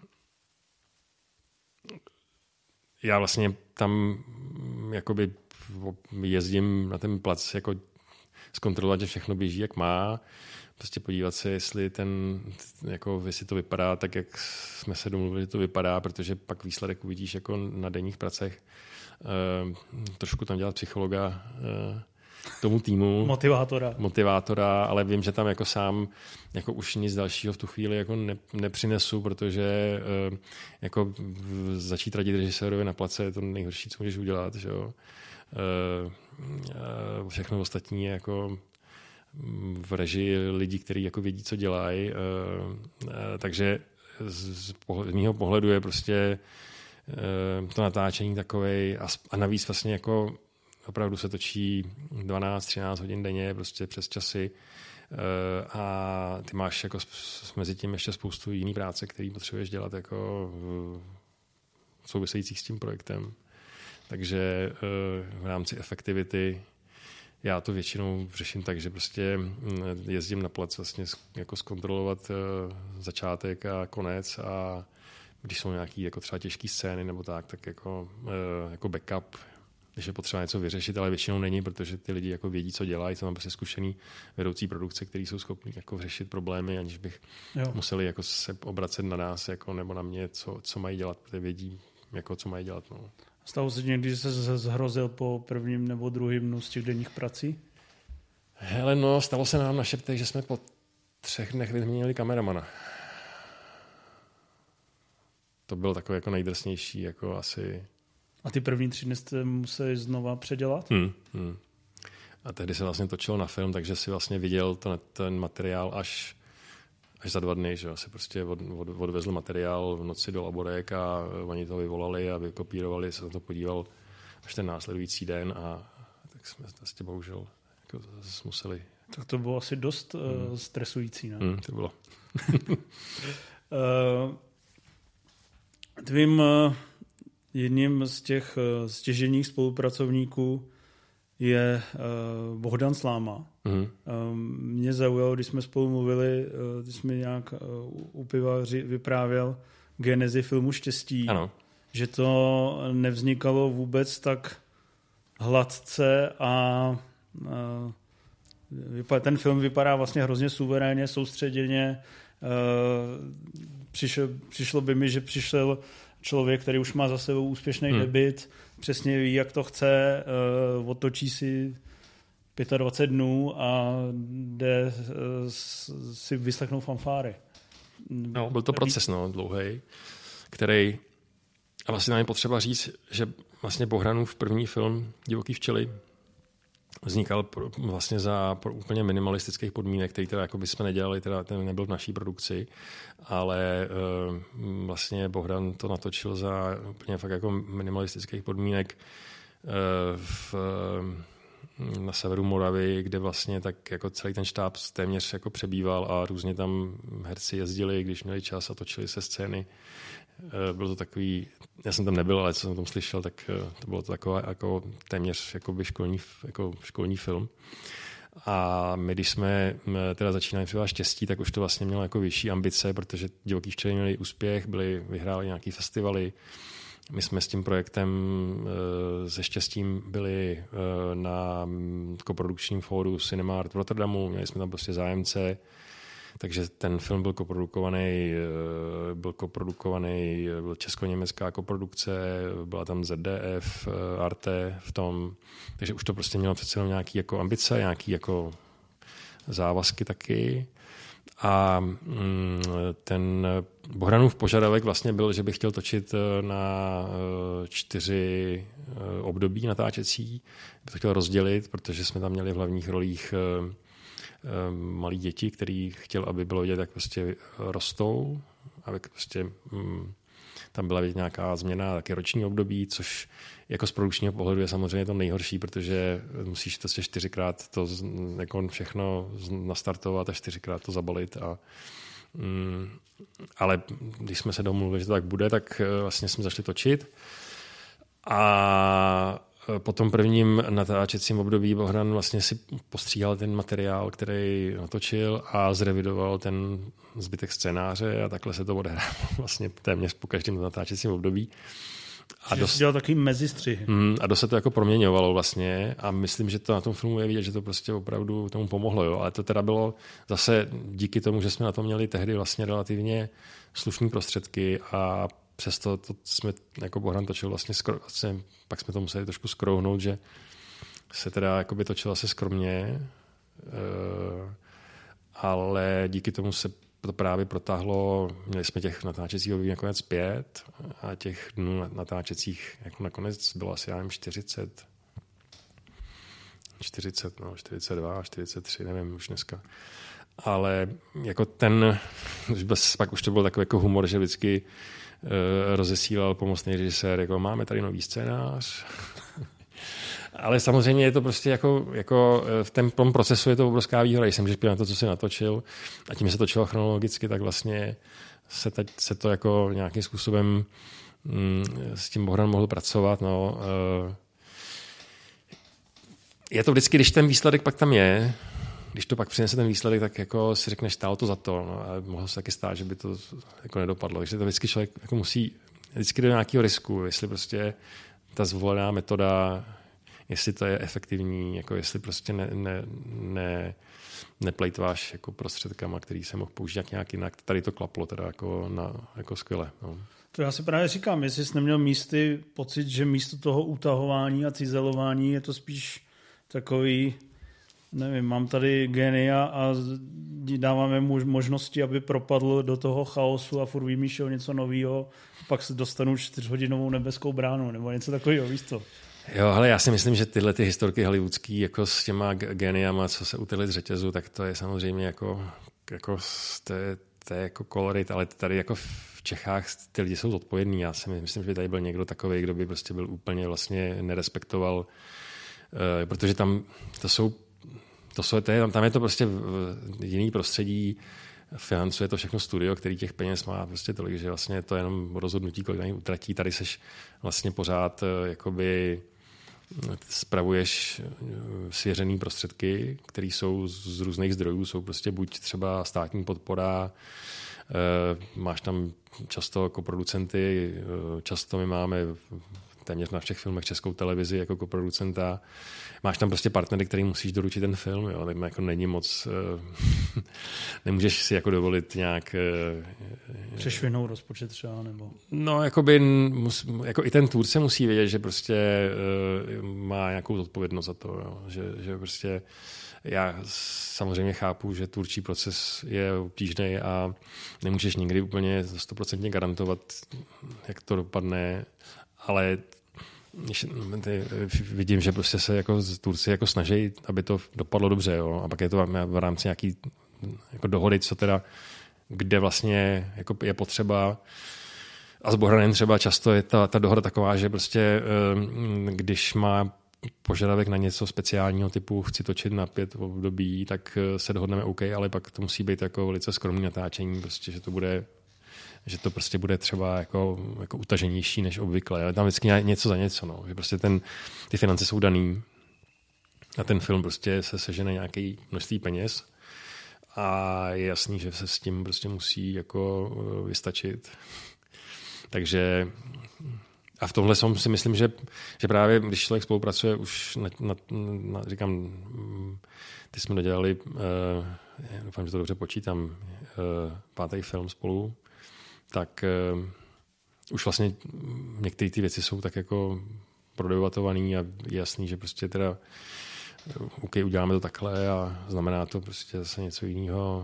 já vlastně tam jakoby jezdím na ten plac jako zkontrolovat, že všechno běží, jak má. Prostě podívat se, jestli ten, jako jestli to vypadá tak, jak jsme se domluvili, že to vypadá, protože pak výsledek uvidíš jako na denních pracech. E, trošku tam dělat psychologa e, tomu týmu. Motivátora. Motivátora, ale vím, že tam jako sám jako už nic dalšího v tu chvíli jako ne, nepřinesu, protože e, jako začít radit režisérovi na place je to nejhorší, co můžeš udělat. Že jo? E, všechno ostatní je jako v režii lidí, kteří jako vědí, co dělají. Takže z mýho pohledu je prostě to natáčení takovej a navíc vlastně jako opravdu se točí dvanáct třináct hodin denně prostě přes časy a ty máš jako mezi tím ještě spoustu jiný práce, který potřebuješ dělat jako souvisejících s tím projektem. Takže v rámci efektivity já to většinou řeším tak, že prostě jezdím na plac vlastně jako zkontrolovat začátek a konec a když jsou nějaké jako třeba těžké scény nebo tak, tak jako, jako backup, když je potřeba něco vyřešit, ale většinou není, protože ty lidi jako vědí, co dělají, to mám prostě zkušený vedoucí produkce, kteří jsou schopni jako řešit problémy, aniž bych jo. museli jako se obracet na nás jako, nebo na mě, co, co mají dělat, protože vědí, jako, co mají dělat. No. Stalo se někdy, že se zhrozil po prvním nebo druhým dnu z těch denních prací? Hele, no, stalo se nám na Šeptech, že jsme po třech dnech vyměnili kameramana. To byl takový jako nejdrsnější, jako asi... A ty první tři dny jste museli znova předělat? Hmm, hmm. A tehdy se vlastně točilo na film, takže si vlastně viděl to, ten materiál až, až za dva dny, že si prostě od, od, odvezl materiál v noci do laborek a oni to vyvolali a vykopírovali, se na to podíval až ten následující den a tak jsme vlastně bohužel jako zase museli. Tak to bylo asi dost hmm. uh, stresující, ne? Hmm, to bylo. uh, tvým uh, jedním z těch uh, stěžejních spolupracovníků je uh, Bohdan Sláma. Mm. Um, mě zaujalo, když jsme spolu mluvili, uh, když jsme nějak uh, u piva vyprávěl genezi filmu Štěstí, ano. že to nevznikalo vůbec tak hladce a uh, ten film vypadá vlastně hrozně suverénně, soustředěně. Uh, přišel, přišlo by mi, že přišel člověk, který už má za sebou úspěšný hmm. debut, přesně ví, jak to chce, uh, otočí si dvacet pět dnů a jde si vyslechnout fanfáry. No, byl to proces, no, dlouhý, který, a vlastně nám je potřeba říct, že vlastně Bohranův první film Divoký včely vznikal vlastně za úplně minimalistických podmínek, který teda jako by jsme nedělali, teda ten nebyl v naší produkci, ale uh, vlastně Bohdan to natočil za úplně fakt jako minimalistických podmínek uh, v, uh, na severu Moravy, kde vlastně tak jako celý ten štáb téměř jako přebýval a různě tam herci jezdili, když měli čas a točili se scény. Uh, bylo to takový, já jsem tam nebyl, ale co jsem tam slyšel, tak uh, to bylo to takové jako téměř jakoby školní, jako školní film. A my, když jsme teda začínali třeba štěstí, tak už to vlastně mělo jako vyšší ambice, protože Divoký včely měli úspěch, byli, vyhráli nějaký festivaly. My jsme s tím projektem se štěstím byli na koprodukčním fóru Cinema Art v Rotterdamu, měli jsme tam prostě zájemce, takže ten film byl koprodukovaný, byl koprodukovaný, byl česko-německá koprodukce, byla tam Z D F, Arte v tom, takže už to prostě mělo přece jenom nějaký jako ambice, nějaký jako závazky taky. A ten Bohranův požadavek vlastně byl, že bych chtěl točit na čtyři období natáčecí, bych to chtěl rozdělit, protože jsme tam měli v hlavních rolích malí děti, který chtěl, aby bylo vidět, jak prostě rostou, aby prostě mm, tam byla vidět nějaká změna, taky roční období, což jako z produkčního pohledu je samozřejmě to nejhorší, protože musíš to čtyřikrát to jako všechno nastartovat a čtyřikrát to zabalit. A, mm, ale když jsme se domluvili, že to tak bude, tak vlastně jsme začali točit. A po tom prvním natáčecím období Bohdan vlastně si postříhal ten materiál, který natočil a zrevidoval ten zbytek scénáře a takhle se to odehrávalo vlastně téměř po každém natáčecím období. A dost, dělal takový mezistřihy. Mm, a dost se to jako proměňovalo vlastně a myslím, že to na tom filmu je vidět, že to prostě opravdu tomu pomohlo. Jo? Ale to teda bylo zase díky tomu, že jsme na to měli tehdy vlastně relativně slušné prostředky a přesto to jsme, jako Bohdan točil vlastně, skro, vlastně, pak jsme to museli trošku skrouhnout, že se teda jakoby točilo se skromně, e, ale díky tomu se to právě protáhlo, měli jsme těch natáčecích období nakonec pět a těch dnů natáčecích jako nakonec bylo asi já nevím čtyřicet, čtyřicet, no, čtyřicet dva, čtyřicet tři, nevím už dneska. Ale jako ten, pak už to byl takový jako humor, že vždycky rozesílal pomocný režisér, jako máme tady nový scénář. Ale samozřejmě je to prostě jako, jako v tom, tom procesu je to obrovská výhoda. Když jsem řekl na to, co si natočil a tím se točilo chronologicky, tak vlastně se, teď, se to jako nějakým způsobem mm, s tím Bohdan mohl pracovat. No. Je to vždycky, když ten výsledek pak tam je, když to pak přinese ten výsledek, tak jako si řekneš, stálo to za to. No, a mohlo se taky stát, že by to jako nedopadlo. Takže to vždycky člověk jako musí vždycky do nějakého risku, jestli prostě ta zvolená metoda, jestli to je efektivní, jako jestli prostě ne, ne, ne, neplejtváš jako prostředkama, který se mohl použít nějak jinak. Tady to klaplo teda jako, na, jako skvěle. No. To já si právě říkám, jestli jsi neměl místy pocit, že místo toho utahování a cizelování je to spíš takový, nevím, mám tady génia a dáváme mu možnosti, aby propadl do toho chaosu a furt vymýšlel něco nového, pak se dostanu čtyřhodinovou nebeskou bránu nebo něco takového, víš co? Jo, ale já si myslím, že tyhle ty historky hollywoodský jako s těma géniama, co se utrhly z řetězu, tak to je samozřejmě jako, jako to, je, to je jako kolorit, ale tady jako v Čechách ty lidi jsou zodpovědní. Já si myslím, že by tady byl někdo takovej, kdo by prostě byl úplně vlastně nerespektoval, uh, protože tam to jsou To jsou, to je, tam je to prostě jiný prostředí, financuje to všechno studio, který těch peněz má prostě tolik, že vlastně to je jenom rozhodnutí, kolik na něj utratí. Tady seš vlastně pořád jakoby spravuješ svěřený prostředky, které jsou z různých zdrojů, jsou prostě buď třeba státní podpora, máš tam často jako producenty, často my máme téměř na všech filmech Českou televizi jako koproducenta. Máš tam prostě partnery, který musíš doručit ten film, jo, tam jako není moc, nemůžeš si jako dovolit nějak... Přešvinou rozpočet třeba, nebo... No, jakoby, mus, jako i ten tvůrce musí vědět, že prostě má nějakou zodpovědnost za to, jo, že, že prostě já samozřejmě chápu, že tvůrčí proces je obtížný a nemůžeš nikdy úplně stoprocentně garantovat, jak to dopadne, ale vidím, že prostě se jako tvůrci jako snaží, aby to dopadlo dobře, jo? A pak je to v rámci nějaký jako dohody, co teda, kde vlastně jako je potřeba. A s Bohdanem třeba často je ta, ta dohoda taková, že prostě když má požadavek na něco speciálního typu chci točit na pět období, tak se dohodneme OK, ale pak to musí být jako velice skromný natáčení, prostě, že to bude že to prostě bude třeba jako, jako utaženější než obvykle. Ale tam vždycky něco za něco, no. Že prostě ten, ty finance jsou daný a ten film prostě se sežene nějaké množství peněz a je jasný, že se s tím prostě musí jako vystačit. Takže a v tomhle si myslím, že, že právě když člověk spolupracuje už na, na, na říkám, ty jsme dodělali, uh, doufám, že to dobře počítám, uh, pátý film spolu, tak uh, už vlastně některé ty věci jsou tak jako prodebatovaný a je jasný, že prostě teda OK, uděláme to takhle a znamená to prostě zase něco jiného.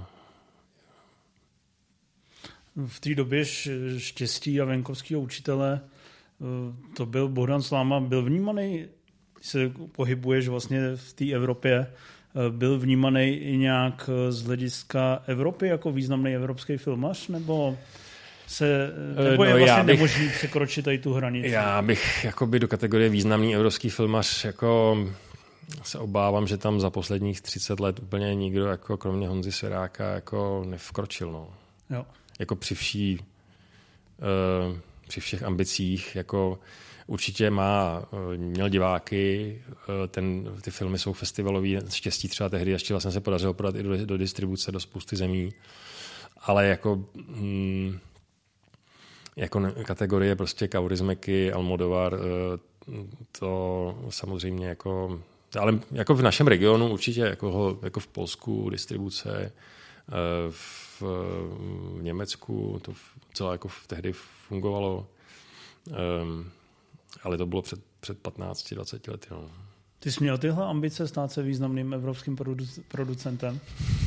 V té době Štěstí a venkovského učitele to byl Bohdan Sláma, byl vnímaný, se pohybuješ vlastně v té Evropě, byl vnímaný i nějak z hlediska Evropy jako významný evropský filmař, nebo se nebo je no, vlastně bych, nemožný překročit tady tu hranici? Já bych jakoby do kategorie významný evropský filmař jako se obávám, že tam za posledních třicet let úplně nikdo jako kromě Honzy Svěráka jako nevkročil. No. Jo. Jako při vší uh, při všech ambicích, jako určitě má, měl diváky, ten, ty filmy jsou festivalový, Štěstí třeba tehdy ještě vlastně se podařilo podat i do, do distribuce do spousty zemí, ale jako, hm, jako kategorie prostě Kaurismäki, Almodovar, to samozřejmě jako, ale jako v našem regionu určitě, jako, jako v Polsku distribuce, v v Německu, to celé jako tehdy fungovalo, um, ale to bylo před, před patnácti dvaceti lety. No. Ty jsi měl tyhle ambice stát se významným evropským produ- producentem?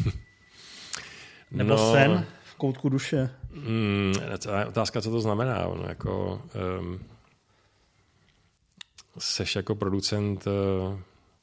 Nebo no, sen v koutku duše? Mm, otázka, co to znamená. No, jako, um, seš jako producent uh,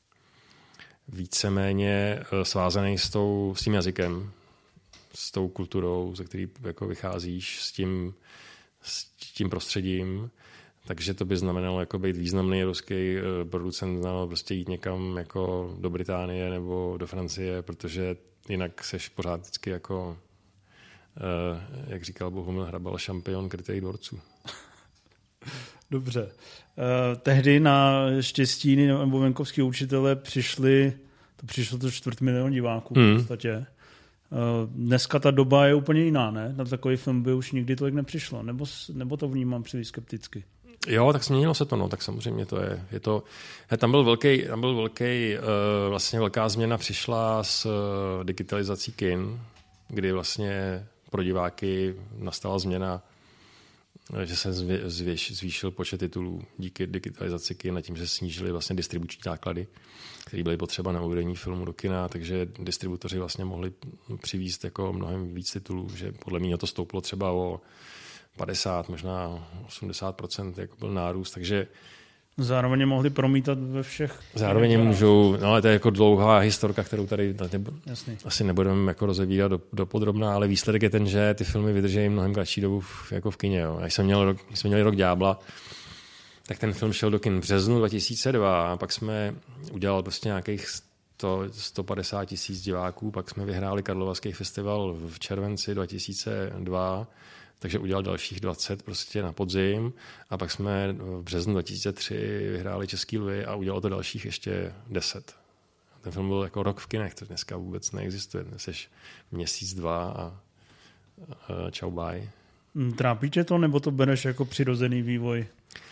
víceméně uh, svázaný s, tou, s tím jazykem, s tou kulturou, ze který jako vycházíš, s tím, s tím prostředím, takže to by znamenalo jako být významný ruský producent, znamenalo prostě jít někam jako do Británie nebo do Francie, protože jinak seš pořád vždycky jako, jak říkal Bohumil Hrabal, šampion krytých dvorců. Dobře. Uh, tehdy na Štěstí nebo venkovský učitele přišli, to přišlo to čtvrt milion diváků v hmm. podstatě. Dneska ta doba je úplně jiná, ne? Na takový film by už nikdy tolik nepřišlo. Nebo, nebo to vnímám příliš skepticky? Jo, tak změnilo se to, no, tak samozřejmě to je. je to, he, tam byl velký, tam byl velký, uh, vlastně velká změna přišla s uh, digitalizací kin, kdy vlastně pro diváky nastala změna, že se zvěš, zvýšil počet titulů díky digitalizaci kin a tím, že snížili vlastně distribuční náklady, které byly potřeba na uvedení filmu do kina, takže distributoři vlastně mohli přivízt jako mnohem víc titulů, že podle mě to stouplo třeba o padesát, možná osmdesát procent, jako byl nárůst, takže zároveň mohli promítat ve všech. Zároveň můžou, no ale to je jako dlouhá historka, kterou tady asi nebudeme jako rozevírat do, do podrobná, ale výsledek je ten, že ty filmy vydrží mnohem kratší dobu v, jako v kině. Jo. Když jsme měli rok, jsme měli rok Ďábla, tak ten film šel do kin v březnu dva tisíce dva a pak jsme udělali prostě nějakých sto, sto padesát tisíc diváků, pak jsme vyhráli Karlovarský festival v červenci dva tisíce dva, takže udělal dalších dvacet prostě na podzim a pak jsme v březnu dva tisíce tři vyhráli Český lvy a udělal to dalších ještě deset. Ten film byl jako rok v kinech, to dneska vůbec neexistuje. Dnes jsi měsíc, dva a, a čau, bye. Trápí tě to, nebo to bereš jako přirozený vývoj?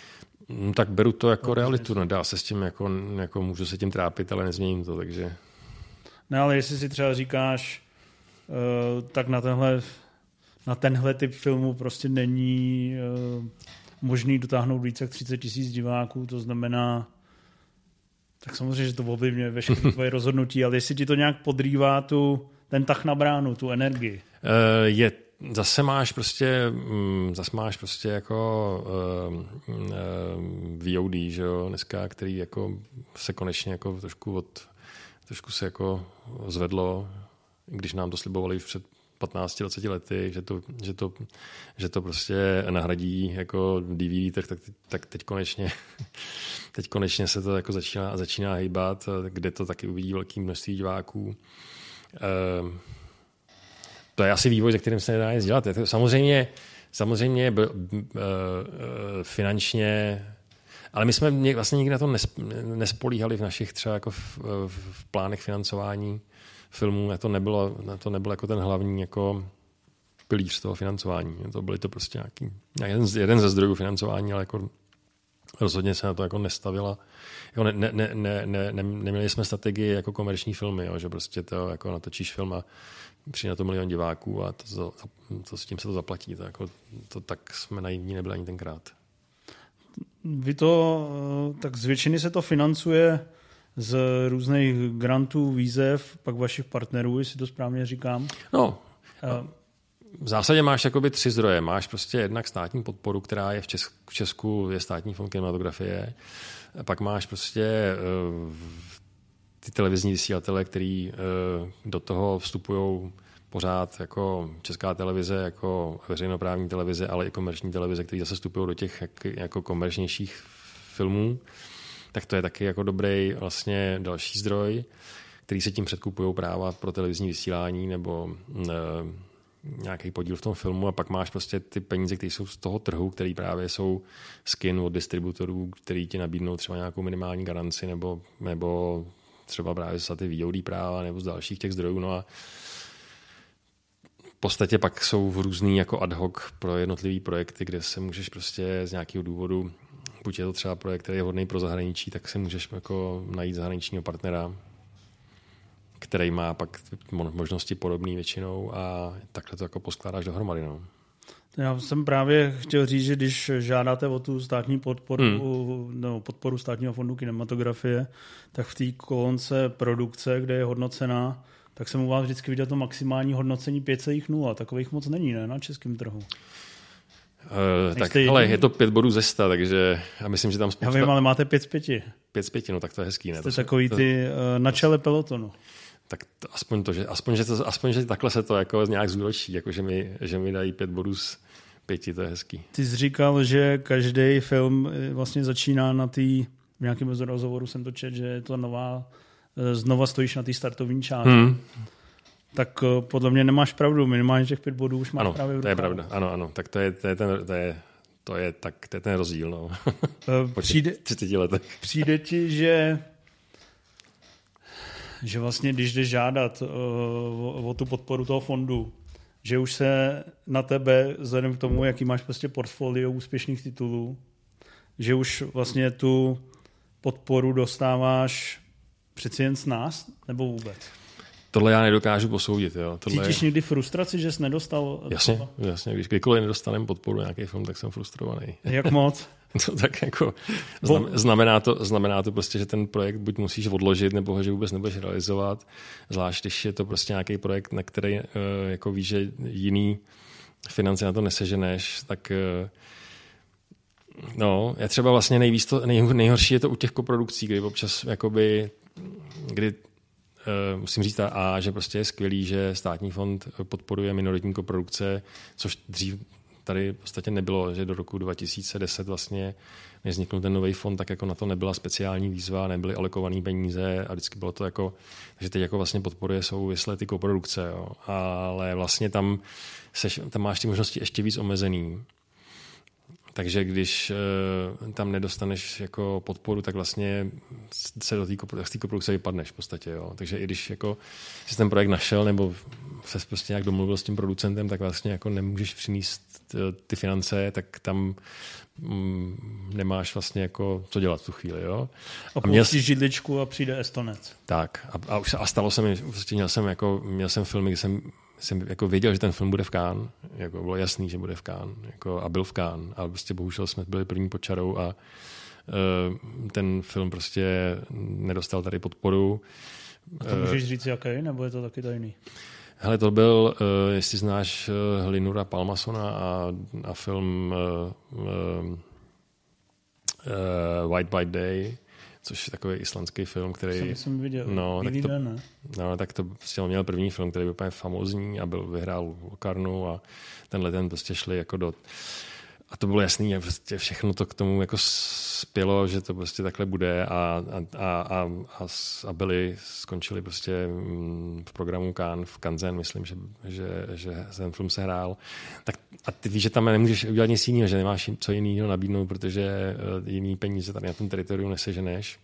No, tak beru to jako no, realitu, nedá se s tím, jako, jako můžu se tím trápit, ale nezměním to, takže... No ale jestli si třeba říkáš, uh, tak na tenhle, na tenhle typ filmu prostě není uh, možný dotáhnout více jak třicet tisíc diváků, to znamená, tak samozřejmě, že to ovlivňuje veškeré tvoje rozhodnutí, ale jestli ti to nějak podrývá tu, ten tah na bránu, tu energii. Uh, je Zase máš prostě, zase máš prostě jako uh, uh, V O D, že jo, dneska, který jako se konečně jako trošku od, trošku se jako zvedlo, když nám to slibovali před patnácti dvaceti lety, že to, že to, že to prostě nahradí jako D V D, tak, tak, tak teď konečně teď konečně se to jako začíná, začíná hýbat, kde to taky uvidí velký množství diváků. Uh, To je asi vývoj, se kterým se nedá nic dělat. Samozřejmě, samozřejmě b, b, b, finančně, ale my jsme vlastně nikdy na to nespolíhali v našich třeba jako v, v plánech financování filmů. To nebylo, to nebylo jako ten hlavní jako pilíř toho financování. To byly to prostě nějaký, jeden, z, jeden ze zdrojů financování, ale jako rozhodně se na to jako nestavila. Jako ne, ne, ne, ne, ne, ne, neměli jsme strategii jako komerční filmy, jo, že prostě to jako natočíš film a přijde na to milion diváků a to, to, to, s tím se to zaplatí. To, jako, to tak jsme naivní nebyli ani tenkrát. Vy to, tak z většiny se to financuje z různých grantů, výzev, pak vašich partnerů, jestli to správně říkám. No, a v zásadě máš jakoby tři zdroje. Máš prostě jednak státní podporu, která je v Česku, v Česku je státní fond kinematografie. Pak máš prostě uh, ty televizní vysílatele, který uh, do toho vstupují pořád jako Česká televize, jako veřejnoprávní televize, ale i komerční televize, který zase vstupují do těch jak, jako komerčnějších filmů. Tak to je taky jako dobrý vlastně další zdroj, který se tím předkupují práva pro televizní vysílání nebo uh, nějaký podíl v tom filmu a pak máš prostě ty peníze, které jsou z toho trhu, které právě jsou skin od distributorů, který ti nabídnou třeba nějakou minimální garanci nebo, nebo třeba právě za ty V O D práva nebo z dalších těch zdrojů. No a v podstatě pak jsou v různý jako ad hoc pro jednotlivý projekty, kde se můžeš prostě z nějakého důvodu, buď je to třeba projekt, který je hodný pro zahraničí, tak si můžeš jako najít zahraničního partnera, který má pak možnosti podobné většinou a takhle to jako poskládáš dohromady. No. Já jsem právě chtěl říct, že když žádáte o tu státní podporu, hmm. no, podporu státního fondu kinematografie, tak v té kolonce produkce, kde je hodnocená, tak jsem u vás vždycky viděl to maximální hodnocení pět celá nula. Takových moc není, ne, na českém trhu. Uh, tak, ale je to pět bodů ze sta, takže já myslím, že tam spousta... Já vím, ale máte pět z pěti. Pět z pěti, no tak to je hezký, ne? Jste to takový to... ty uh, na čele pelotonu. Tak to, aspoň to, že, aspoň, že to, aspoň, že takhle se to jako nějak zúročí, jako že mi, že mi dají pět bodů z pěti, to je hezký. Ty jsi říkal, že každý film vlastně začíná na té, v nějakém rozhovoru jsem to četl, že je to nová, znova stojíš na té startovní části. Hmm. Tak podle mě nemáš pravdu, minimálně těch pět bodů už máš ano, právě v to je pravda, ano, ano, tak to je, to je, ten, to je, to je, tak, to je ten rozdíl, no. Přijde, třiceti letech. Přijde ti, že že vlastně, když jdeš žádat uh, o, o tu podporu toho fondu, že už se na tebe, vzhledem k tomu, jaký máš prostě portfolio úspěšných titulů, že už vlastně tu podporu dostáváš přeci jen z nás, nebo vůbec? Tohle já nedokážu posoudit. Jo. Tohle Cítíš je... někdy frustraci, že jsi nedostal? Jasně, jasně. Když kdykoliv nedostanem podporu nějaký film, tak jsem frustrovaný. Jak moc? To tak jako znamená to, znamená to prostě, že ten projekt buď musíš odložit, nebo ho že vůbec nebudeš realizovat. Zvlášť, když je to prostě nějaký projekt, na který jako víš, že jiný finance na to neseženeš, tak no, je třeba vlastně nejvíc to, nej, nejhorší je to u těch koprodukcí, kdy občas jakoby, kdy Uh, musím říct a, že prostě je skvělý, že státní fond podporuje minoritní koprodukce, což dřív tady v podstatě nebylo, že do roku dva tisíce deset vlastně, než vzniknul ten nový fond, tak jako na to nebyla speciální výzva, nebyly alokované peníze a vždycky bylo to jako, že teď jako vlastně podporuje souvislé ty koprodukce, jo. Ale vlastně tam, seš, tam máš ty možnosti ještě víc omezený. Takže když uh, tam nedostaneš jako podporu, tak vlastně se do té koprodukce vypadneš v podstatě. Jo. Takže i když jako jsi ten projekt našel nebo se prostě nějak domluvil s tím producentem, tak vlastně jako nemůžeš přinést ty finance, tak tam mm, nemáš vlastně jako co dělat v tu chvíli. Jo? A, a měl židličku a přijde Estonec. Tak a, a, už se, a stalo se mi, prostě měl jsem, jako, měl jsem filmy, kde jsem, jsem jako věděl, že ten film bude v Cannes, jako bylo jasný, že bude v Cannes, jako, a byl v Cannes, a prostě bohužel jsme byli první pod čarou a uh, ten film prostě nedostal tady podporu. A to můžeš říct jaký, nebo je to taky tajný? Hele, to byl, uh, jestli znáš uh, Hlinura Palmasona a, a film uh, uh, uh, White White Day, což je takový islandský film, který... To jsem viděl, no, Bílý tak to, den, ne? No, tak to prostě měl první film, který byl úplně famózní a byl, vyhrál Locarnu a tenhle ten prostě šli jako do... A to bylo jasný, že prostě všechno to k tomu jako spělo, že to prostě takhle bude a, a, a, a, a byli, skončili prostě v programu Cannes, v Cannes, myslím, že, že, že ten film se hrál. Tak, a ty víš, že tam nemůžeš udělat nic jiného, že nemáš co jiného nabídnout, protože jiný peníze tady na tom teritoriu neseženeš.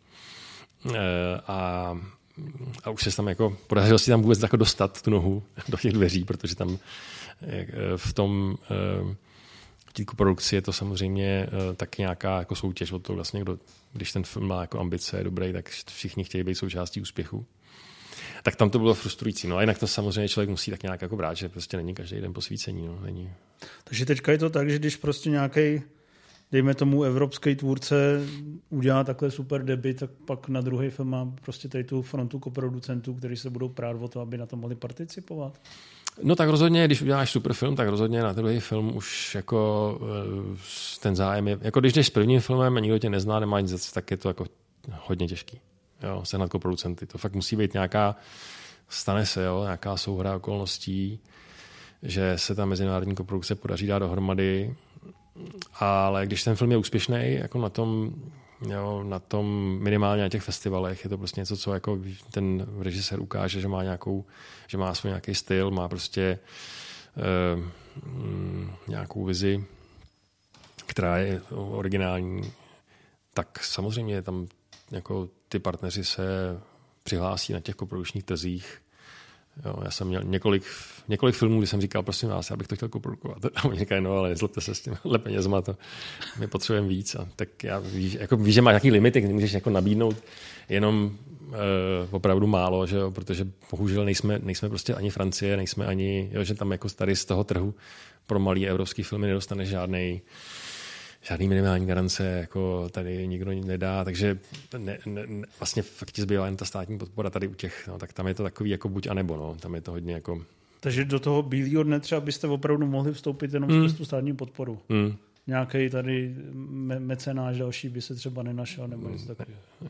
A, a už se tam jako, podařilo si tam vůbec jako dostat tu nohu do těch dveří, protože tam v tom... V té produkci je to samozřejmě uh, tak nějaká jako soutěž o to vlastně, kdo, když ten film má jako ambice, je dobrý, tak všichni chtějí být součástí úspěchu. Tak tam to bylo frustrující. No a jinak to samozřejmě člověk musí tak nějak jako brát, že prostě není každý den posvícení. No, není. Takže teďka je to tak, že když prostě nějaký, dejme tomu, evropský tvůrce udělá takhle super debut, tak pak na druhý film má prostě tady tu frontu koproducentů, kteří se budou prát o to, aby na tom mohli participovat. No tak rozhodně, když uděláš super film, tak rozhodně na druhý film už jako ten zájem je, jako když jdeš s prvním filmem a nikdo tě nezná, nemá nic, tak je to jako hodně těžký. Jo, sehnat koproducenty. To fakt musí být nějaká, stane se, jo, nějaká souhra okolností, že se ta mezinárodní koprodukce podaří dát dohromady, ale když ten film je úspěšný, jako na tom, jo, na tom minimálně na těch festivalech je to prostě něco, co jako ten režisér ukáže, že má nějakou, že má svůj nějaký styl, má prostě uh, nějakou vizi, která je originální, tak samozřejmě tam jako ty partneři se přihlásí na těch koprodukčních trzích. Jo, já jsem měl několik, několik filmů, kdy jsem říkal, prosím vás, já bych to chtěl koprodukovat. A oni říkají, no ale nezlobte se s těmi penězma, to my potřebujeme víc. A tak já víš, jako, víš, že má nějaký limity, který můžeš jako nabídnout jenom e, opravdu málo, že jo, protože bohužel nejsme, nejsme prostě ani Francie, nejsme ani, jo, že tam jako tady z toho trhu pro malý evropský filmy nedostaneš žádnej žádný minimální garance jako tady nikdo nedá, takže ne, ne, vlastně fakt ti zbývá jen ta státní podpora tady u těch, no, tak tam je to takový jako buď a nebo, no, tam je to hodně jako... Takže do toho bílého dne třeba byste opravdu mohli vstoupit jenom mm. přes tu státní podporu. Mm. Nějaký tady me- mecenáš další by se třeba nenašel, nebo něco mm. takového. Uh,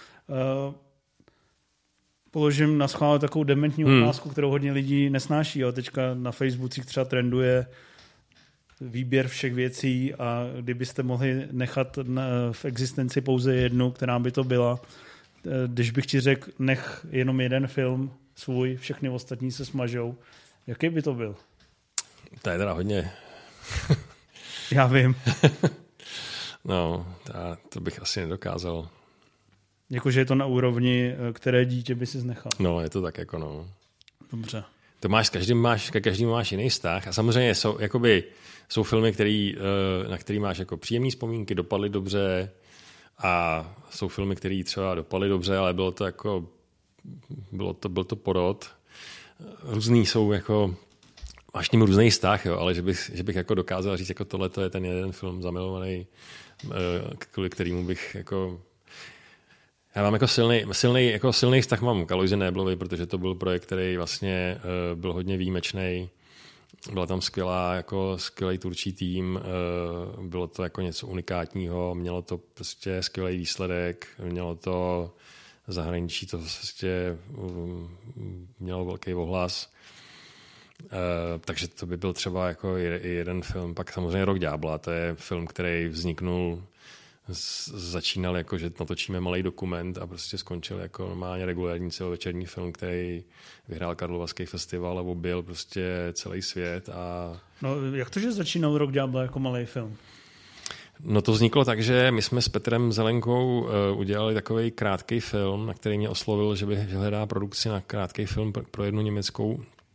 položím na schvál takovou dementní mm. otázku, kterou hodně lidí nesnáší, jo. Teďka na Facebookích třeba trenduje výběr všech věcí a kdybyste mohli nechat v existenci pouze jednu, která by to byla, když bych ti řekl, nech jenom jeden film svůj, všechny ostatní se smažou, jaký by to byl? To je teda hodně. Já vím. No, to, to bych asi nedokázal. Jakože je to na úrovni, které dítě by si znechal. No, je to tak jako no. Dobře. To máš, každým máš, každým máš jiný vztah a samozřejmě jsou, jakoby, jsou filmy, který, na který máš jako příjemné vzpomínky, dopadly dobře a jsou filmy, které třeba dopadly dobře, ale bylo to jako bylo to, byl to porod. Různý jsou jako máš tím různý vztah, jo, ale že bych, že bych jako dokázal říct, jako tohle to je ten jeden film zamilovaný, kvůli kterému bych jako já mám jako silný, silný, jako silný vztah mám k Aloisi Néblovi, protože to byl projekt, který vlastně uh, byl hodně výjimečný. Byla tam skvělá, jako skvělý tvůrčí tým, uh, bylo to jako něco unikátního, mělo to prostě skvělý výsledek, mělo to zahraničí, to prostě um, mělo velký ohlas. Uh, takže to by byl třeba jako i jeden film. Pak samozřejmě Rok ďábla, to je film, který vzniknul začínal jako, že natočíme malý dokument a prostě skončil jako normálně regulární celovečerní film, který vyhrál Karlovarský festival a objel prostě celý svět. A... No, jak to, že začínal Rok ďábla jako malý film? No to vzniklo tak, že my jsme s Petrem Zelenkou uh, udělali takový krátký film, na který mě oslovil, že by hledá produkci na krátký film pro jednu německou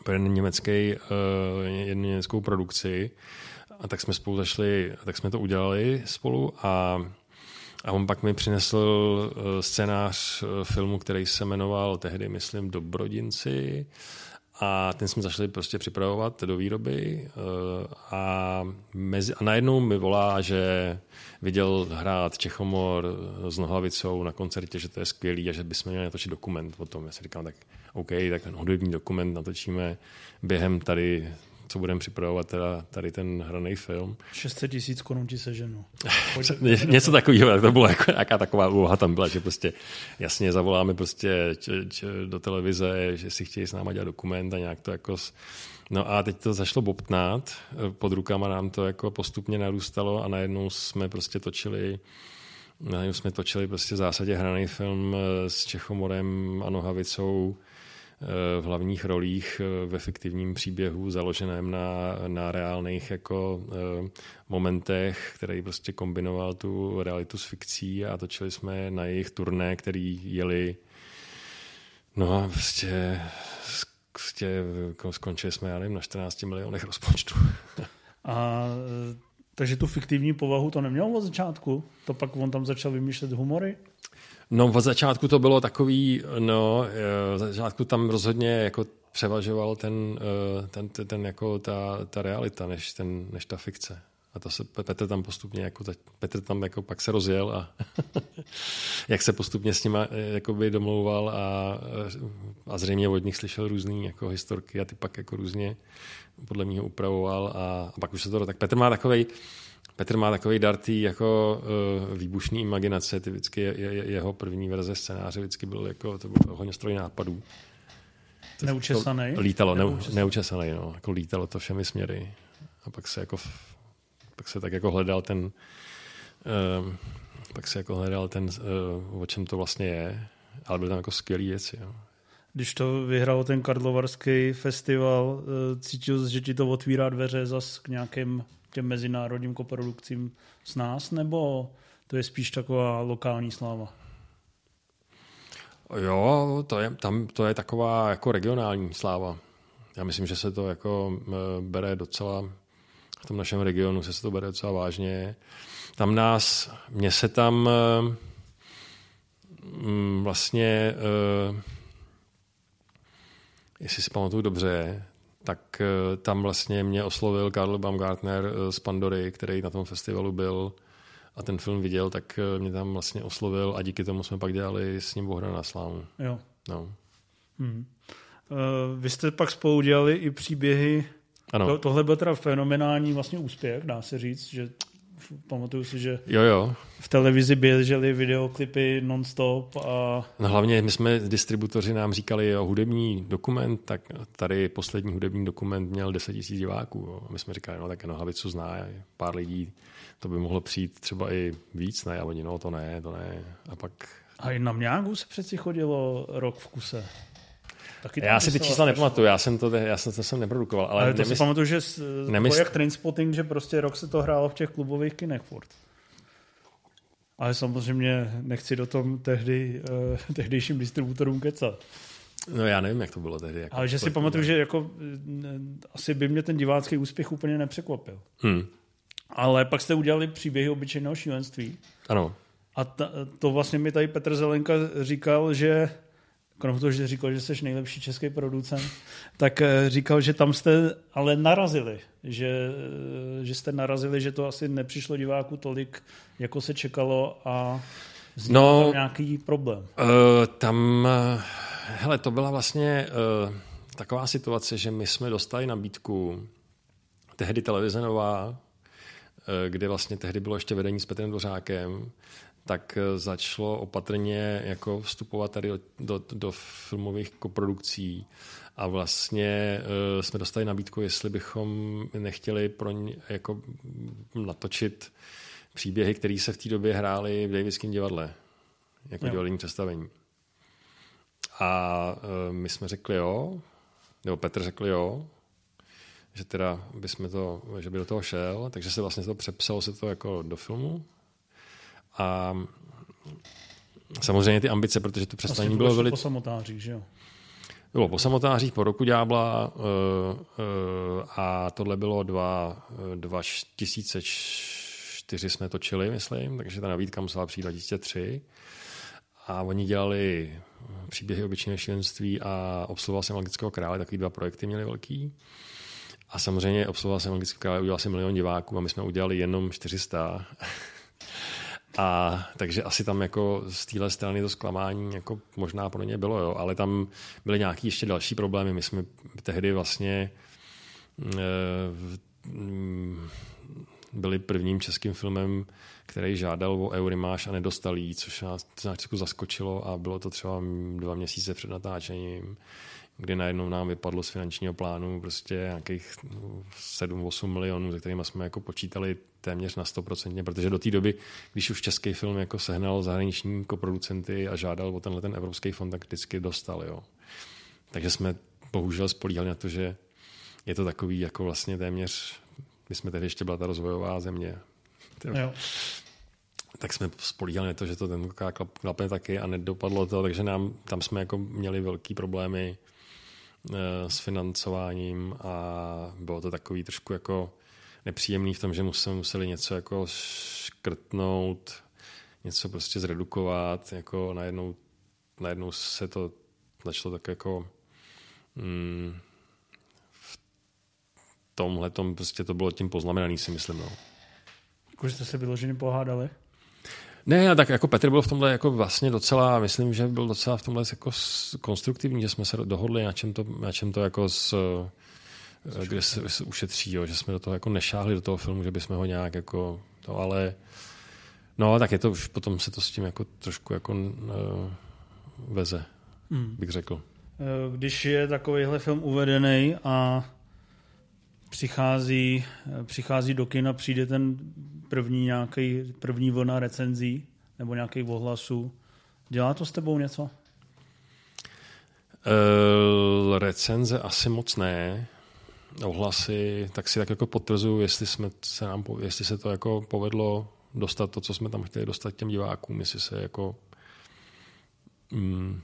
pro jeden německý, jednu německou produkci. A tak jsme spolu zašli, tak jsme to udělali spolu a, a on pak mi přinesl scénář filmu, který se jmenoval tehdy, myslím, Dobrodinci. A ten jsme zašli prostě připravovat do výroby a, mezi, a najednou mi volá, že viděl hrát Čechomor s Nohavicou na koncertě, že to je skvělý a že bychom měli natočit dokument o tom. Já si říkám, tak OK, tak ten hudební dokument natočíme během tady, co budeme připravovat, teda tady ten hraný film. šest set tisíc korun ti seženu. Něco takového, to bylo jako nějaká taková úloha tam byla, že prostě jasně zavoláme prostě č, č, do televize, že si chtějí s náma dělat dokument a nějak to jako... No a teď to zašlo bobtnát, pod rukama nám to jako postupně narůstalo a najednou jsme prostě točili najednou jsme točili prostě v zásadě hraný film s Čechomorem a Nohavicou v hlavních rolích ve fiktivním příběhu založeném na, na reálných jako uh, momentech, který prostě kombinoval tu realitu s fikcí a točili jsme na jejich turné, který jeli no a prostě, prostě skončili jsme, já nevím, na čtrnácti milionech rozpočtu. A takže tu fiktivní povahu to nemělo od začátku? To pak on tam začal vymýšlet humory? No od začátku to bylo takový, no, od začátku tam rozhodně jako převažoval ten, ten, ten, ten jako ta, ta realita, než, ten, než ta fikce. A to se Petr tam postupně, jako, Petr tam jako pak se rozjel a jak se postupně s nima jakoby domlouval a, a zřejmě od nich slyšel různý jako historky a ty pak jako různě podle mě upravoval a, a pak už se to... Tak Petr má takovej Petr má takový dar tý jako uh, výbušný imaginace, ty vždycky je, je, jeho první verze scénáře vždycky byl jako, to bylo hodně stroj nápadů. Neučesaný? To lítalo, neučesaný, neučesaný, no, jako lítalo to všemi směry. A pak se jako, pak se tak jako hledal ten, uh, pak se jako hledal ten, uh, o čem to vlastně je, ale byly tam jako skvělý věci, jo. Když to vyhrál ten Karlovarský festival, cítil jsi, že ti to otvírá dveře zas k nějakým těm mezinárodním koprodukcím s nás, nebo to je spíš taková lokální sláva? Jo, to je, tam to je taková jako regionální sláva. Já myslím, že se to jako bere docela, v tom našem regionu se to bere docela vážně. Tam nás, mně se tam vlastně, jestli si pamatuju dobře, tak tam vlastně mě oslovil Karl Baumgartner z Pandory, který na tom festivalu byl a ten film viděl, tak mě tam vlastně oslovil a díky tomu jsme pak dělali s ním Bohra na slámu. Jo. No. Hmm. Uh, vy jste pak spolu dělali i příběhy. Ano. To, tohle byl teda fenomenální vlastně úspěch, dá se říct, že pamatuju si, že jo, jo. v televizi běžely videoklipy non-stop. A... No hlavně my jsme, distributoři nám říkali, jo, hudební dokument, tak tady poslední hudební dokument měl deset tisíc diváků. Jo. My jsme říkali, no tak Nohavicu zná pár lidí, to by mohlo přijít třeba i víc, ne? A oni, no to ne, to ne. A pak... A i na Mňágu se přeci chodilo rok v kuse. Taky já si ty čísla nepamatuju, já jsem to, já jsem to jsem neprodukoval. Ale, ale to nemysl... si pamatuju, že nemysl... jak Trainspotting, že prostě rok se to hrálo v těch klubových kinech furt. Ale samozřejmě nechci do tom tehdy, uh, tehdejším distributorům kecat. No já nevím, jak to bylo tehdy. Jako ale že si pamatuju, že jako, asi by mě ten divácký úspěch úplně nepřekvapil. Hmm. Ale pak jste udělali příběhy obyčejného šílenství. Ano. A ta, to vlastně mi tady Petr Zelenka říkal, že krom toho, že říkal, že jsi nejlepší český producent, tak říkal, že tam jste ale narazili. Že, že jste narazili, že to asi nepřišlo diváku tolik, jako se čekalo a vznikl no, tam nějaký problém. Uh, tam, hele, to byla vlastně uh, taková situace, že my jsme dostali nabídku tehdy Televize Nová, uh, kde vlastně tehdy bylo ještě vedení s Petrem Dvořákem, tak začalo opatrně jako vstupovat tady do, do, do filmových koprodukcí a vlastně uh, jsme dostali nabídku, jestli bychom nechtěli pro ně, jako natočit příběhy, které se v té době hrály v Davidském divadle, jako divadelní představení. A uh, my jsme řekli jo, nebo Petr řekl jo, že teda bychom to, že by do toho šel, takže se vlastně to přepsalo se to jako do filmu. A samozřejmě ty ambice, protože to představení bylo velice... po samotářích, že jo? Bylo po samotářích, po roku ďábla uh, uh, a tohle bylo dva, dva tisíce čtyři jsme točili, myslím, takže ta nabídka musela přijít dva tisíce tři. A oni dělali Příběhy obyčejného šílenství a Obsluhoval jsem Magického krále, takový dva projekty měli velký. A samozřejmě Obsluhoval jsem Magického krále, udělal jsem milion diváků a my jsme udělali jenom čtyři sta. A takže asi tam jako z téhle strany to zklamání jako možná pro ně bylo, jo, ale tam byly nějaký ještě další problémy. My jsme tehdy vlastně e, byli prvním českým filmem, který žádal o Eurimáž a nedostal jí, což nás, nás zaskočilo a bylo to třeba dva měsíce před natáčením, kdy najednou nám vypadlo z finančního plánu prostě nějakých sedm osm milionů, se kterými jsme jako počítali téměř na sto procent, protože do té doby, když už český film jako sehnal zahraniční koproducenty a žádal o tenhle ten evropský fond, tak vždycky dostal. Jo. Takže jsme bohužel spolíhali na to, že je to takový jako vlastně téměř, my jsme tehdy ještě byla ta rozvojová země. Jo. Tak jsme spolíhali na to, že to ten klapne taky a nedopadlo to, takže nám, tam jsme jako měli velký problémy e, s financováním a bylo to takový trošku jako nepříjemný v tom, že jsme museli něco jako škrtnout, něco prostě zredukovat, jako najednou, najednou se to začalo tak jako mm, v tomhletom prostě to bylo tím poznamenaný, si myslím. No. Jako jste se vyloženě pohádali? Ne, tak jako Petr byl v tomhle jako vlastně docela, myslím, že byl docela v tomhle jako konstruktivní, že jsme se dohodli na čem to, na čem to jako s, kde se, se ušetří, jo, že jsme do toho jako nešáhli do toho filmu, že bychom ho nějak jako to, ale no, tak je to už potom se to s tím jako trošku jako uh, veze, hmm. bych řekl. Když je takovýhle film uvedený a přichází, přichází do kina, přijde ten první nějaký první vlna recenzí nebo nějakých ohlasů. Dělá to s tebou něco? Uh, recenze asi moc ne. Ohlasy, tak si tak jako potvrzuju, jestli, jsme se nám, jestli se to jako povedlo dostat to, co jsme tam chtěli dostat těm divákům, jestli se jako mm,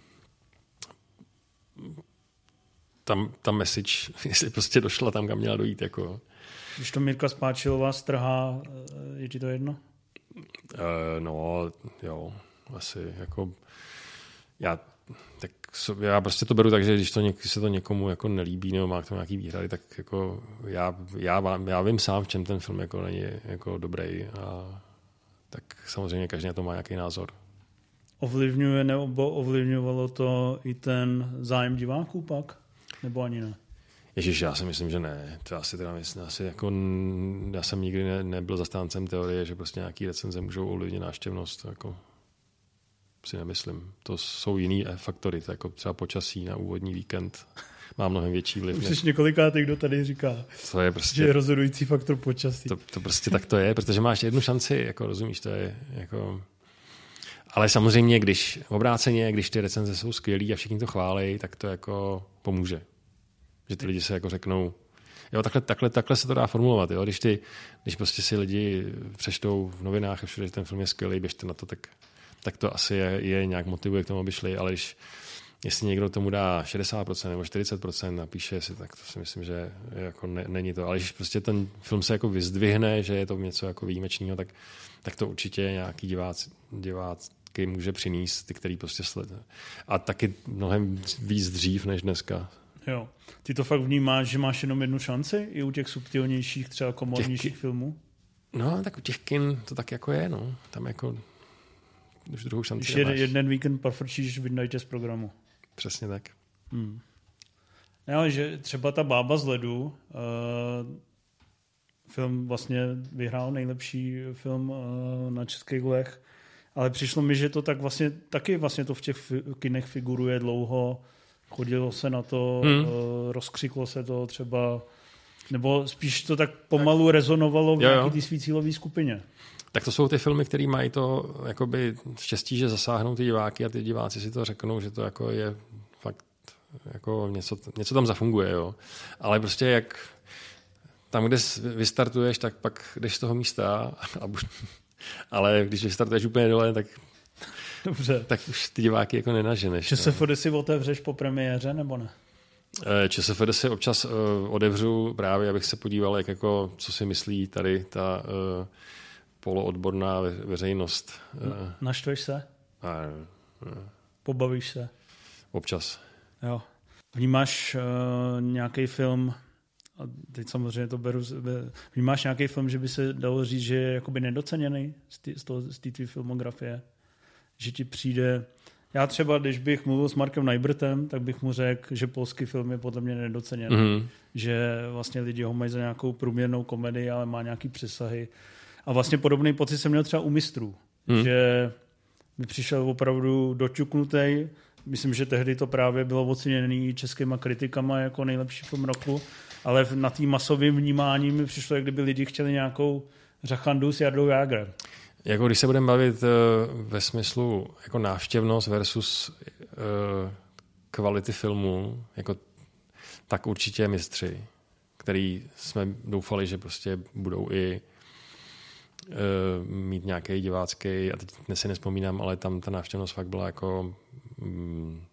tam ta message, jestli prostě došla tam, kam měla dojít. Jako. Když to Mirka Spáčilová strhá, je ti to jedno? Uh, no, jo, asi jako já, tak já prostě to beru tak, že když to něk, se to někomu jako nelíbí nebo má k tomu nějaký výhrady, tak jako já, já, já vím sám, v čem ten film jako není jako dobrý a tak samozřejmě každý na to má nějaký názor. Ovlivňuje nebo ovlivňovalo to i ten zájem diváků pak? Nebo ani ne? Ježiš, já si myslím, že ne. To asi teda myslím, asi jako, já jsem nikdy ne, nebyl zastáncem teorie, že prostě nějaký recenze můžou ovlivnit návštěvnost. Jako, si nemyslím. To jsou jiný faktory, to jako třeba počasí na úvodní víkend má mnohem větší vliv. Už jsi několikátý, kdo tady říká, to je prostě, že je rozhodující faktor počasí. To, to prostě tak to je, protože máš jednu šanci, jako rozumíš, to je jako... Ale samozřejmě, když obráceně, když ty recenze jsou skvělý a všichni to chválí, tak to jako pomůže. Že ty lidi se jako řeknou, jo, takhle, takhle, takhle se to dá formulovat, jo, když ty, když prostě si lidi přečtou v novinách a všude, že ten film je skvělý, běžte na to, tak, tak to asi je, je nějak motivuje k tomu, aby šli, ale když, jestli někdo tomu dá šedesát procent nebo čtyřicet procent a píše si, tak to si myslím, že jako ne, není to, ale když prostě ten film se jako vyzdvihne, že je to něco jako výjimečného, tak, tak to určitě nějaký divác, divác může přinést, ty, který prostě sledují. A taky mnohem víc dřív než dneska. Jo. Ty to fakt vnímáš, že máš jenom jednu šanci i u těch subtilnějších, třeba komornějších filmů? No, tak u těch kin to tak jako je, no. Tam jako už druhou šanci Když nemáš. Jeden víkend pofrčíš v Midnighte z programu. Přesně tak. Hmm. Ne, ale že třeba ta Bába z ledu, uh, film vlastně vyhrál nejlepší film uh, na českých lech, ale přišlo mi, že to tak vlastně, taky vlastně to v těch fi- kinech figuruje dlouho, chodilo se na to, hmm. uh, rozkřiklo se to třeba, nebo spíš to tak pomalu tak rezonovalo v nějaké té svý cílové skupině. Tak to jsou ty filmy, které mají to jakoby štěstí, že zasáhnou ty diváky a ty diváci si to řeknou, že to jako je fakt jako něco, něco tam zafunguje, jo. Ale prostě jak tam, kde vystartuješ, tak pak jdeš z toho místa a, ale když vystartuješ úplně dole, tak Dobře. Tak už ty diváky jako nenaženeš. ČSFD si otevřeš po premiéře, nebo ne? ČSFD si občas uh, odevřu právě, abych se podíval, jak jako, co si myslí tady ta uh, poloodborná ve, veřejnost. Uh, Naštveš se? A, uh, Pobavíš se? Občas. Jo. Vnímáš uh, nějaký film, a teď samozřejmě to beru, vnímáš nějaký film, že by se dalo říct, že je jakoby nedoceněný z té tvé filmografie? Že ti přijde... Já třeba, když bych mluvil s Markem Najbrtem, tak bych mu řekl, že polský film je podle mě nedoceněný. Mm-hmm. Že vlastně lidi ho mají za nějakou průměrnou komedii, ale má nějaký přesahy. A vlastně podobný pocit jsem měl třeba u Mistrů. Mm. Že mi přišel opravdu doťuknutý. Myslím, že tehdy to právě bylo oceněný českýma kritikama jako nejlepší film roku. Ale na té masovém vnímání mi přišlo, jak kdyby lidi chtěli nějakou řachandu s Jardou Jágrem. Jako když se budeme bavit uh, ve smyslu jako návštěvnost versus uh, kvality filmu, jako, tak určitě Mistři, který jsme doufali, že prostě budou i uh, mít nějaký divácký, a teď si nespomínám, ale tam ta návštěvnost fakt byla jako um,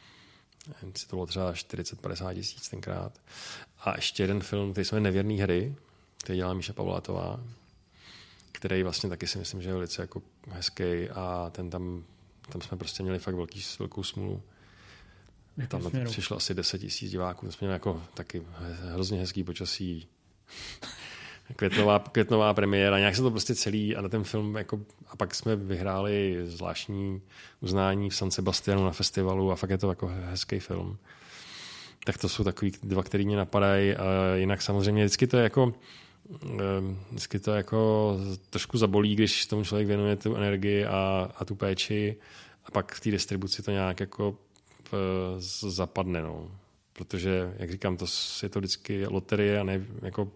to bylo třeba čtyřicet padesát tisíc tenkrát. A ještě jeden film, který jsme Nevěrný hry, který dělala Míša Pavlátová, který vlastně taky si myslím, že je velice jako hezký a ten tam, tam jsme prostě měli fakt velký, velkou smůlu. Tam na to přišlo asi deset tisíc diváků, jsme měli jako taky hrozně hezký počasí. Květnová, květnová premiéra, nějak se to prostě celý a na ten film jako, a pak jsme vyhráli zvláštní uznání v San Sebastianu na festivalu a fakt je to jako hezký film. Tak to jsou takový dva, který mě napadají a jinak samozřejmě vždycky to je jako vždycky to jako trošku zabolí, když tomu člověk věnuje tu energii a, a tu péči a pak v té distribuci to nějak jako zapadne, no. Protože, jak říkám, to je to vždycky loterie a ne jako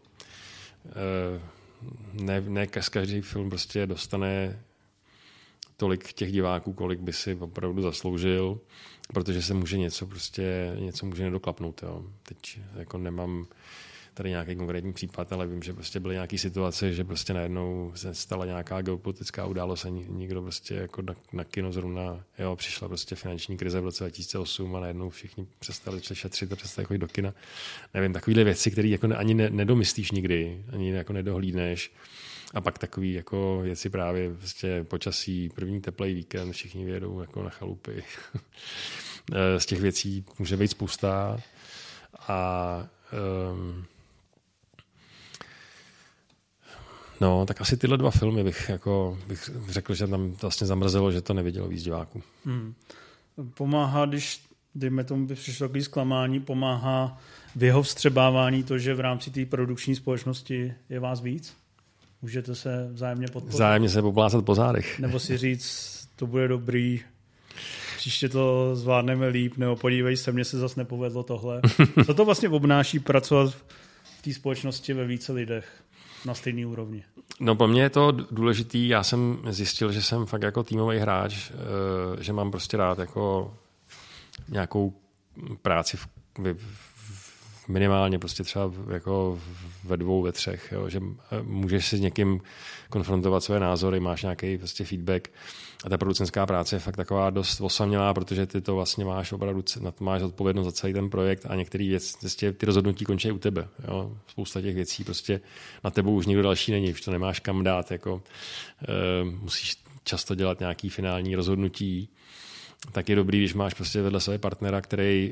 ne, ne každý film prostě dostane tolik těch diváků, kolik by si opravdu zasloužil, protože se může něco prostě, něco může nedoklapnout, jo. Teď jako nemám tady nějaký konkrétní případ, ale vím, že prostě byly nějaké situace, že prostě najednou se stala nějaká geopolitická událost a nikdo prostě jako na, na kino zrovna, jo, přišla prostě finanční krize v roce dva tisíce osm a najednou všichni přestali šetřit a přestali chodit do kina. Nevím, takovýhle věci, které jako ani ne, nedomyslíš nikdy, ani jako nedohlídneš. A pak takový jako věci právě prostě počasí, první teplej víkend, všichni vyjedou jako na chalupy. Z těch věcí může být spousta. A um, no, tak asi tyhle dva filmy bych, jako, bych řekl, že tam vlastně zamrzelo, že to nevidělo víc diváků. Hmm. Pomáhá, když, dejme tomu, by přišlo takový zklamání, pomáhá v jeho vstřebávání to, že v rámci té produkční společnosti je vás víc? Můžete se vzájemně podpořit? Vzájemně se poplácat po zádech. Nebo si říct, to bude dobrý, příště to zvládneme líp, nebo podívej se, mně se zase nepovedlo tohle. Co to vlastně obnáší pracovat v té společnosti ve více lidech na stejné úrovni? No pro mě je to důležitý. Já jsem zjistil, že jsem fakt jako týmový hráč, že mám prostě rád jako nějakou práci v, v minimálně prostě třeba jako ve dvou, ve třech, jo, že můžeš si s někým konfrontovat své názory, máš nějaký prostě feedback a ta producentská práce je fakt taková dost osamělá, protože ty to vlastně máš opravdu, máš odpovědnost za celý ten projekt a některé věci, prostě ty rozhodnutí končí u tebe. Jo. Spousta těch věcí prostě na tebou už nikdo další není, už to nemáš kam dát, jako, e, musíš často dělat nějaký finální rozhodnutí. Tak je dobrý, když máš prostě vedle sebe partnera, který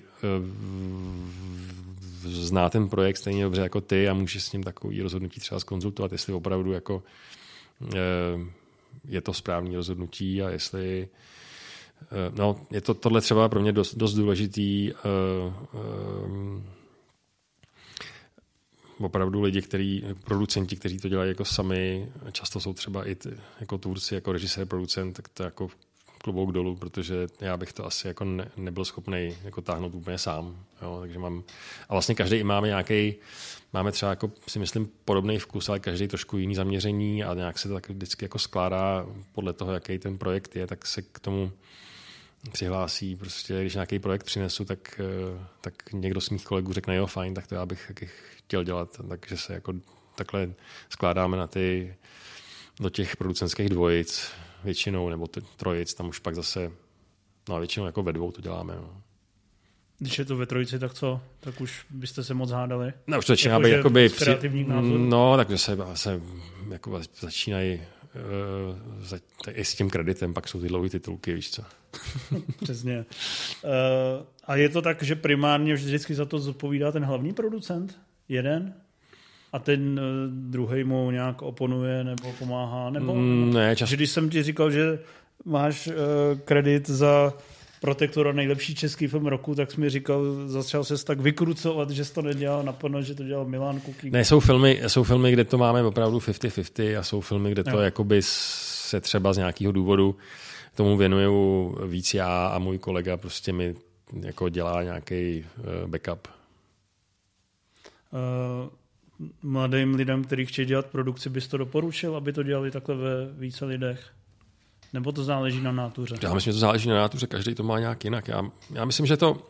uh, zná ten projekt stejně dobře jako ty a můžeš s ním takový rozhodnutí třeba zkonzultovat, jestli opravdu jako uh, je to správný rozhodnutí a jestli uh, no, je to tohle třeba pro mě dost, dost důležitý uh, uh, opravdu lidi, který, producenti, kteří to dělají jako sami, často jsou třeba i ty, jako tvůrci, jako režisér, producent, tak to jako klobouk dolů, protože já bych to asi jako ne, nebyl schopný jako táhnout úplně sám. Jo? Takže mám, a vlastně každý máme nějaký, máme třeba jako, si myslím, podobný vkus, ale každý trošku jiný zaměření a nějak se to tak vždycky jako skládá podle toho, jaký ten projekt je, tak se k tomu přihlásí. Prostě, když nějaký projekt přinesu, tak, tak někdo z mých kolegů řekne, jo, fajn, tak to já bych taky chtěl dělat. Takže se jako takhle skládáme na ty, do těch producentských dvojic. většinou, nebo t- trojic, tam už pak zase, no většinou jako ve dvou to děláme. No. Když je to ve trojici, tak co? Tak už byste se moc hádali? No už to začíná jako, být jakoby... Při... No, takže se, se jako začínají uh, za, i s tím kreditem, pak jsou ty dlouhé titulky, víš co. Přesně. Uh, a je to tak, že primárně vždycky za to zodpovídá ten hlavní producent? Jeden? A ten uh, druhej mu nějak oponuje nebo pomáhá? Nebo, mm, ne, čas... že když jsem ti říkal, že máš uh, kredit za Protektora, nejlepší český film roku, tak jsi mi říkal, začal ses tak vykrucovat, že jsi to nedělal napadlo, že to dělal Milan Kuklík. Ne, jsou filmy, jsou filmy, kde to máme opravdu padesát padesát a jsou filmy, kde to jo. jakoby se třeba z nějakého důvodu tomu věnuju víc já a můj kolega prostě mi jako dělá nějaký uh, backup. Uh, mladým lidem, kteří chtějí dělat produkci, bys to doporučil, aby to dělali takhle ve více lidech? Nebo to záleží na nátuře? Já myslím, že to záleží na nátuře, každý to má nějak jinak. Já, já myslím, že to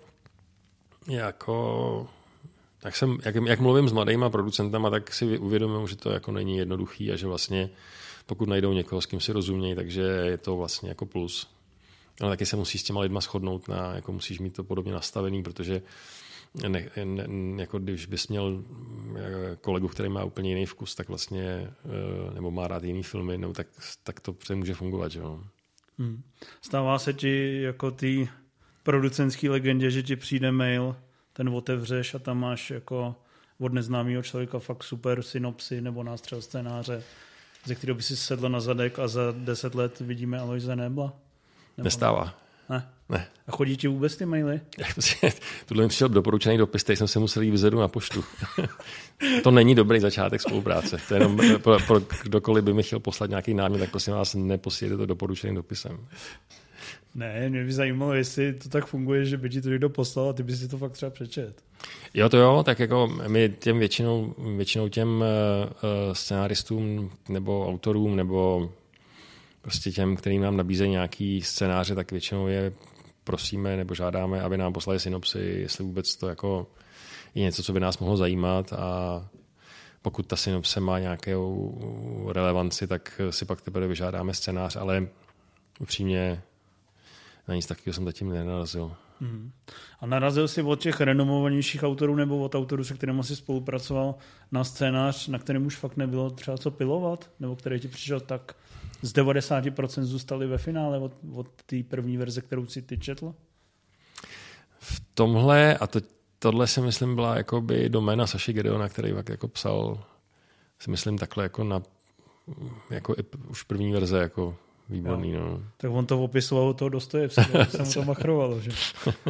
jako... Jak, jsem, jak, jak mluvím s mladýma producentama, tak si uvědomuji, že to jako není jednoduchý a že vlastně pokud najdou někoho, s kým si rozumějí, takže je to vlastně jako plus. Ale taky se musí s těma lidma shodnout, na, jako musíš mít to podobně nastavený, protože ne, ne, jako když bys měl kolegu, který má úplně jiný vkus, tak vlastně, nebo má rád jiný filmy, nebo tak, tak to může fungovat. Že jo? Hmm. Stává se ti jako ty producentský legendě, že ti přijde mail, ten otevřeš a tam máš jako od neznámého člověka fakt super synopsy nebo nástřel scénáře, ze kterého by si sedl na zadek a za deset let vidíme Aloise Nebla? Nebo Nestává. Ne? Ne. A chodí ti vůbec ty maily? Tuhle mi přišel doporučený dopis, který jsem se musel jít vyzedu na poštu. To není dobrý začátek spolupráce. To je jenom pro, pro kdokoliv by mi chtěl poslat nějaký námět, tak prosím vás, neposílejte to doporučeným dopisem. Ne, mě by zajímalo, jestli to tak funguje, že by ti to někdo poslal a ty bys si to fakt třeba přečet. Jo, to jo, tak jako my těm většinou, většinou těm uh, scenáristům nebo autorům nebo prostě těm, kterým nám nabízejí nějaký scénáře, tak většinou je prosíme nebo žádáme, aby nám poslali synopsy, jestli vůbec to jako je něco, co by nás mohlo zajímat a pokud ta synopse má nějakou relevanci, tak si pak teprve vyžádáme scénář, ale upřímně na nic takového jsem zatím nenarazil. Hmm. A narazil jsi od těch renomovanějších autorů nebo od autorů, se kterými jsi spolupracoval na scénář, na kterém už fakt nebylo třeba co pilovat, nebo který ti přišel tak z devadesát procent zůstali ve finále od, od té první verze, kterou si ty četl? V tomhle, a to, tohle si myslím byla jakoby doména Saši Gedeona, který jako psal, si myslím takhle jako na jako už první verze jako výborný. No. Tak on to opisoval od toho Dostojevského, se mu to machrovalo. Že? uh,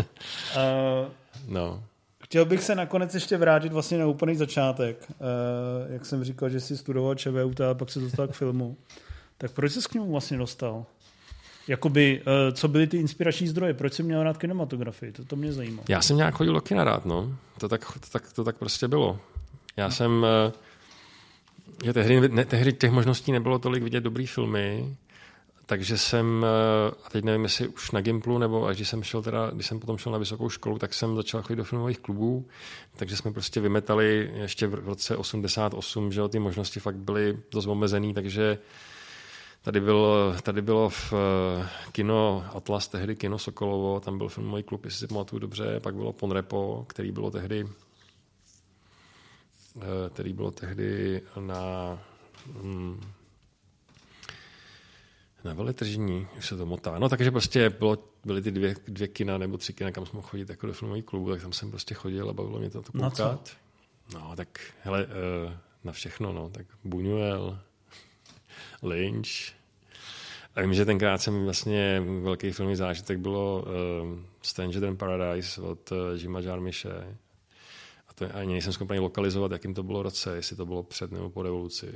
no. Chtěl bych se nakonec ještě vrátit vlastně na úplný začátek. Uh, jak jsem říkal, že jsi studoval ČVUT a pak se dostal k filmu. Tak proč jsi k němu vlastně dostal? Jakoby, uh, co byly ty inspirační zdroje? Proč jsi měl rád kinematografii? To, to mě zajímá. Já jsem nějak chodil do kina rád, no. To tak, to tak, to tak prostě bylo. Já no. jsem... Uh, že tehdy, ne, tehdy těch možností nebylo tolik vidět dobrý filmy, takže jsem, a teď nevím, jestli už na Gimplu, nebo až když jsem šel teda, když jsem potom šel na vysokou školu, tak jsem začal chodit do filmových klubů, takže jsme prostě vymetali ještě v roce osmdesát osm, že ty možnosti fakt byly dost omezený, takže tady bylo, tady bylo v kino Atlas, tehdy kino Sokolovo, tam byl filmový klub, jestli si pamatuju dobře, pak bylo Ponrepo, který bylo tehdy, který bylo tehdy na... Hmm, na Veletržní, už se to motá. No takže prostě bylo, byly ty dvě, dvě kina nebo tři kina, kam jsme mohli chodit jako do filmových klubů, tak tam jsem prostě chodil a bavilo mě to to koukat. No tak hele, na všechno, no, tak Buñuel, Lynch. A vím, že tenkrát jsem vlastně velký filmový zážitek bylo uh, Stranger Than Paradise od uh, Jima Jarmuše. A to ani nejsem schopný lokalizovat, jakým to bylo roce, jestli to bylo před nebo po revoluci.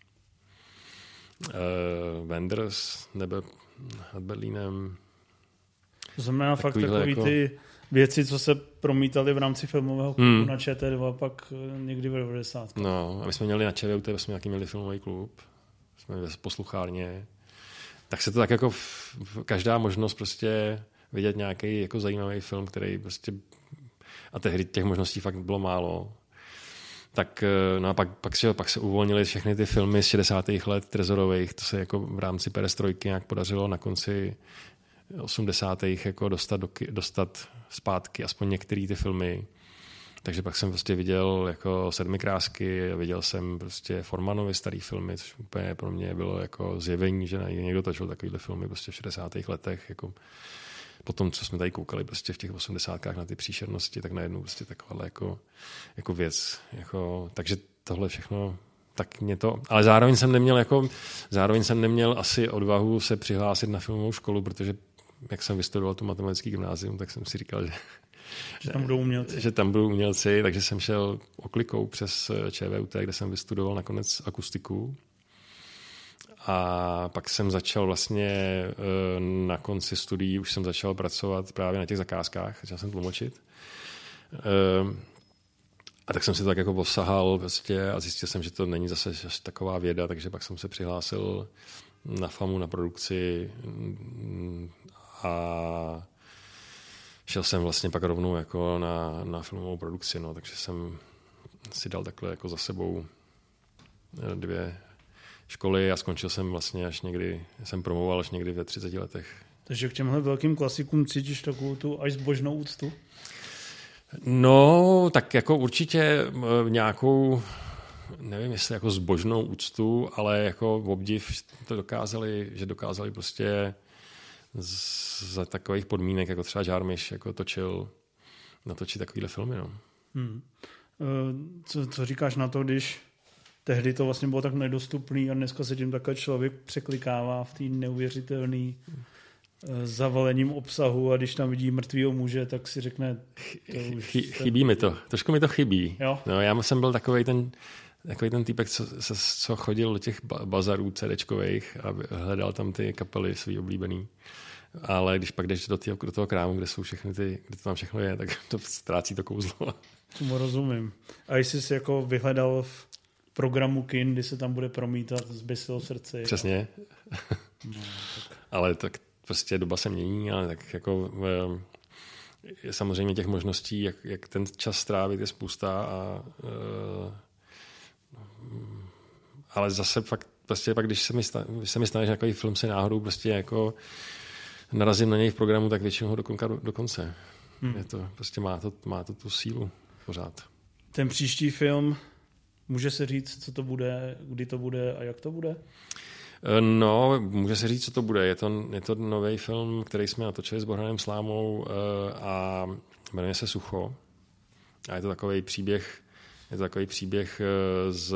Uh, Wenders nebo nad Berlínem. To znamená fakt takový jako... ty věci, co se promítaly v rámci filmového klubu hmm. na Č T dva, pak někdy v devadesátce. No, a my jsme měli na ČVUT, jsme nějaký měli filmový klub, jsme měli v posluchárně. Tak se to tak jako v, v, každá možnost prostě vidět nějaký jako zajímavý film, který prostě a tehdy těch možností fakt bylo málo. tak no a pak, pak, se, pak se uvolnily všechny ty filmy z šedesátých let Trezorových, to se jako v rámci perestrojky nějak podařilo na konci osmdesátých jako dostat, do, dostat zpátky aspoň některé ty filmy. Takže pak jsem prostě viděl jako Sedmikrásky, viděl jsem prostě Formanovy starý filmy, což úplně pro mě bylo jako zjevení, že někdo točil takovýhle filmy prostě v šedesátých letech, jako po tom, co jsme tady koukali prostě v těch osmdesátkách na ty příšernosti, tak najednou prostě taková jako, jako věc. Jako, takže tohle všechno, tak mě to, ale zároveň jsem neměl jako, zároveň jsem neměl asi odvahu se přihlásit na filmovou školu, protože jak jsem vystudoval tu matematický gymnázium, tak jsem si říkal, že Že tam budou umělci. Že tam budou umělci, takže jsem šel oklikou přes ČVUT, kde jsem vystudoval nakonec akustiku. A pak jsem začal vlastně na konci studií, už jsem začal pracovat právě na těch zakázkách, začal jsem tlumočit. A tak jsem si to tak jako posahal prostě a zjistil jsem, že to není zase až taková věda, takže pak jsem se přihlásil na FAMu, na produkci a šel jsem vlastně pak rovnou jako na, na filmovou produkci, no, takže jsem si dal takhle jako za sebou dvě školy a skončil jsem vlastně až někdy, jsem promoval až někdy ve třiceti letech. Takže k těmhle velkým klasikům cítíš takovou tu až zbožnou úctu? No, tak jako určitě nějakou, nevím jestli jako zbožnou úctu, ale jako v obdiv to dokázali, že dokázali prostě za takových podmínek, jako třeba Žármiš, jako točil, natočit takovýhle filmy, no. Hmm. Co, co říkáš na to, když tehdy to vlastně bylo tak nedostupný a dneska se tím takhle člověk překlikává v té neuvěřitelné zavalením obsahu a když tam vidí mrtvýho muže, tak si řekne... To už Chy, chybí mi to, trošku mi to chybí. Jo? No, já jsem byl takovej ten, takový ten týpek, co, co chodil do těch bazarů CDčkových a hledal tam ty kapely svý oblíbený. Ale když pak jdeš do, tý, do toho krámu, kde jsou všechny ty, kde to tam všechno je, tak to ztrácí to kouzlo. Tomu rozumím. A jestli jsi jako vyhledal v programu kin, kdy se tam bude promítat Zbysilo srdce. Přesně. No, tak. Ale tak prostě doba se mění, ale tak jako je samozřejmě těch možností, jak, jak ten čas strávit, je spousta. A, uh, ale zase fakt, prostě pak, když se mi stane, když se mi stane, že takový film se náhodou prostě jako narazím na něj v programu, tak většinou ho do, konka, do, do konce. Hmm. Je to, prostě má to, má to tu sílu pořád. Ten příští film, může se říct, co to bude, kdy to bude a jak to bude? No, může se říct, co to bude. Je to, je to nový film, který jsme natočili s Bohdanem Slámou a jmenuje se Sucho. A je to takový příběh, je to takový příběh z,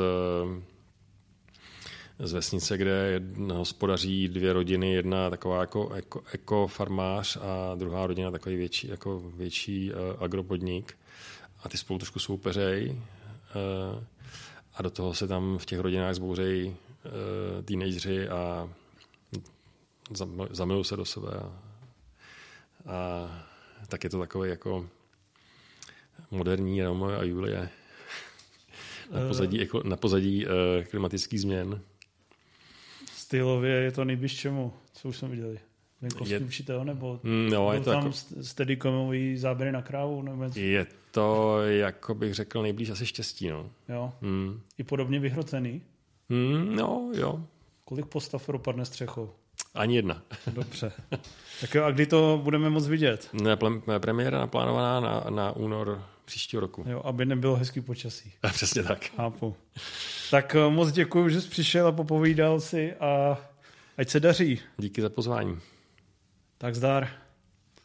z vesnice, kde hospodaří dvě rodiny, jedna taková jako eko, ekofarmář a druhá rodina takový větší, jako větší agropodnik. A ty spolu trošku soupeřej. A do toho se tam v těch rodinách zbouřejí teenageři a zamilují se do sebe. A, a tak je to takový jako moderní Romeo a Julie na pozadí, na pozadí uh, klimatických změn. Stylově je to nejbliž čemu, co už jsme viděli. Ten kostým určitého, nebo no, je to tam jako, steadicamové záběry na krávu? Nebo... Je to, jako bych řekl, nejblíž asi štěstí. No. Jo. Hmm. I podobně vyhrocený? Hmm, no, jo. Kolik postav propadne střechou? Ani jedna. Dobře. Tak jo, a kdy to budeme moc vidět? Ne, premiéra naplánovaná na, na únor příštího roku. Jo, aby nebylo hezký počasí. A přesně tak. Chápu. Tak moc děkuji, že jsi přišel a popovídal si a ať se daří. Díky za pozvání. Tak zdar.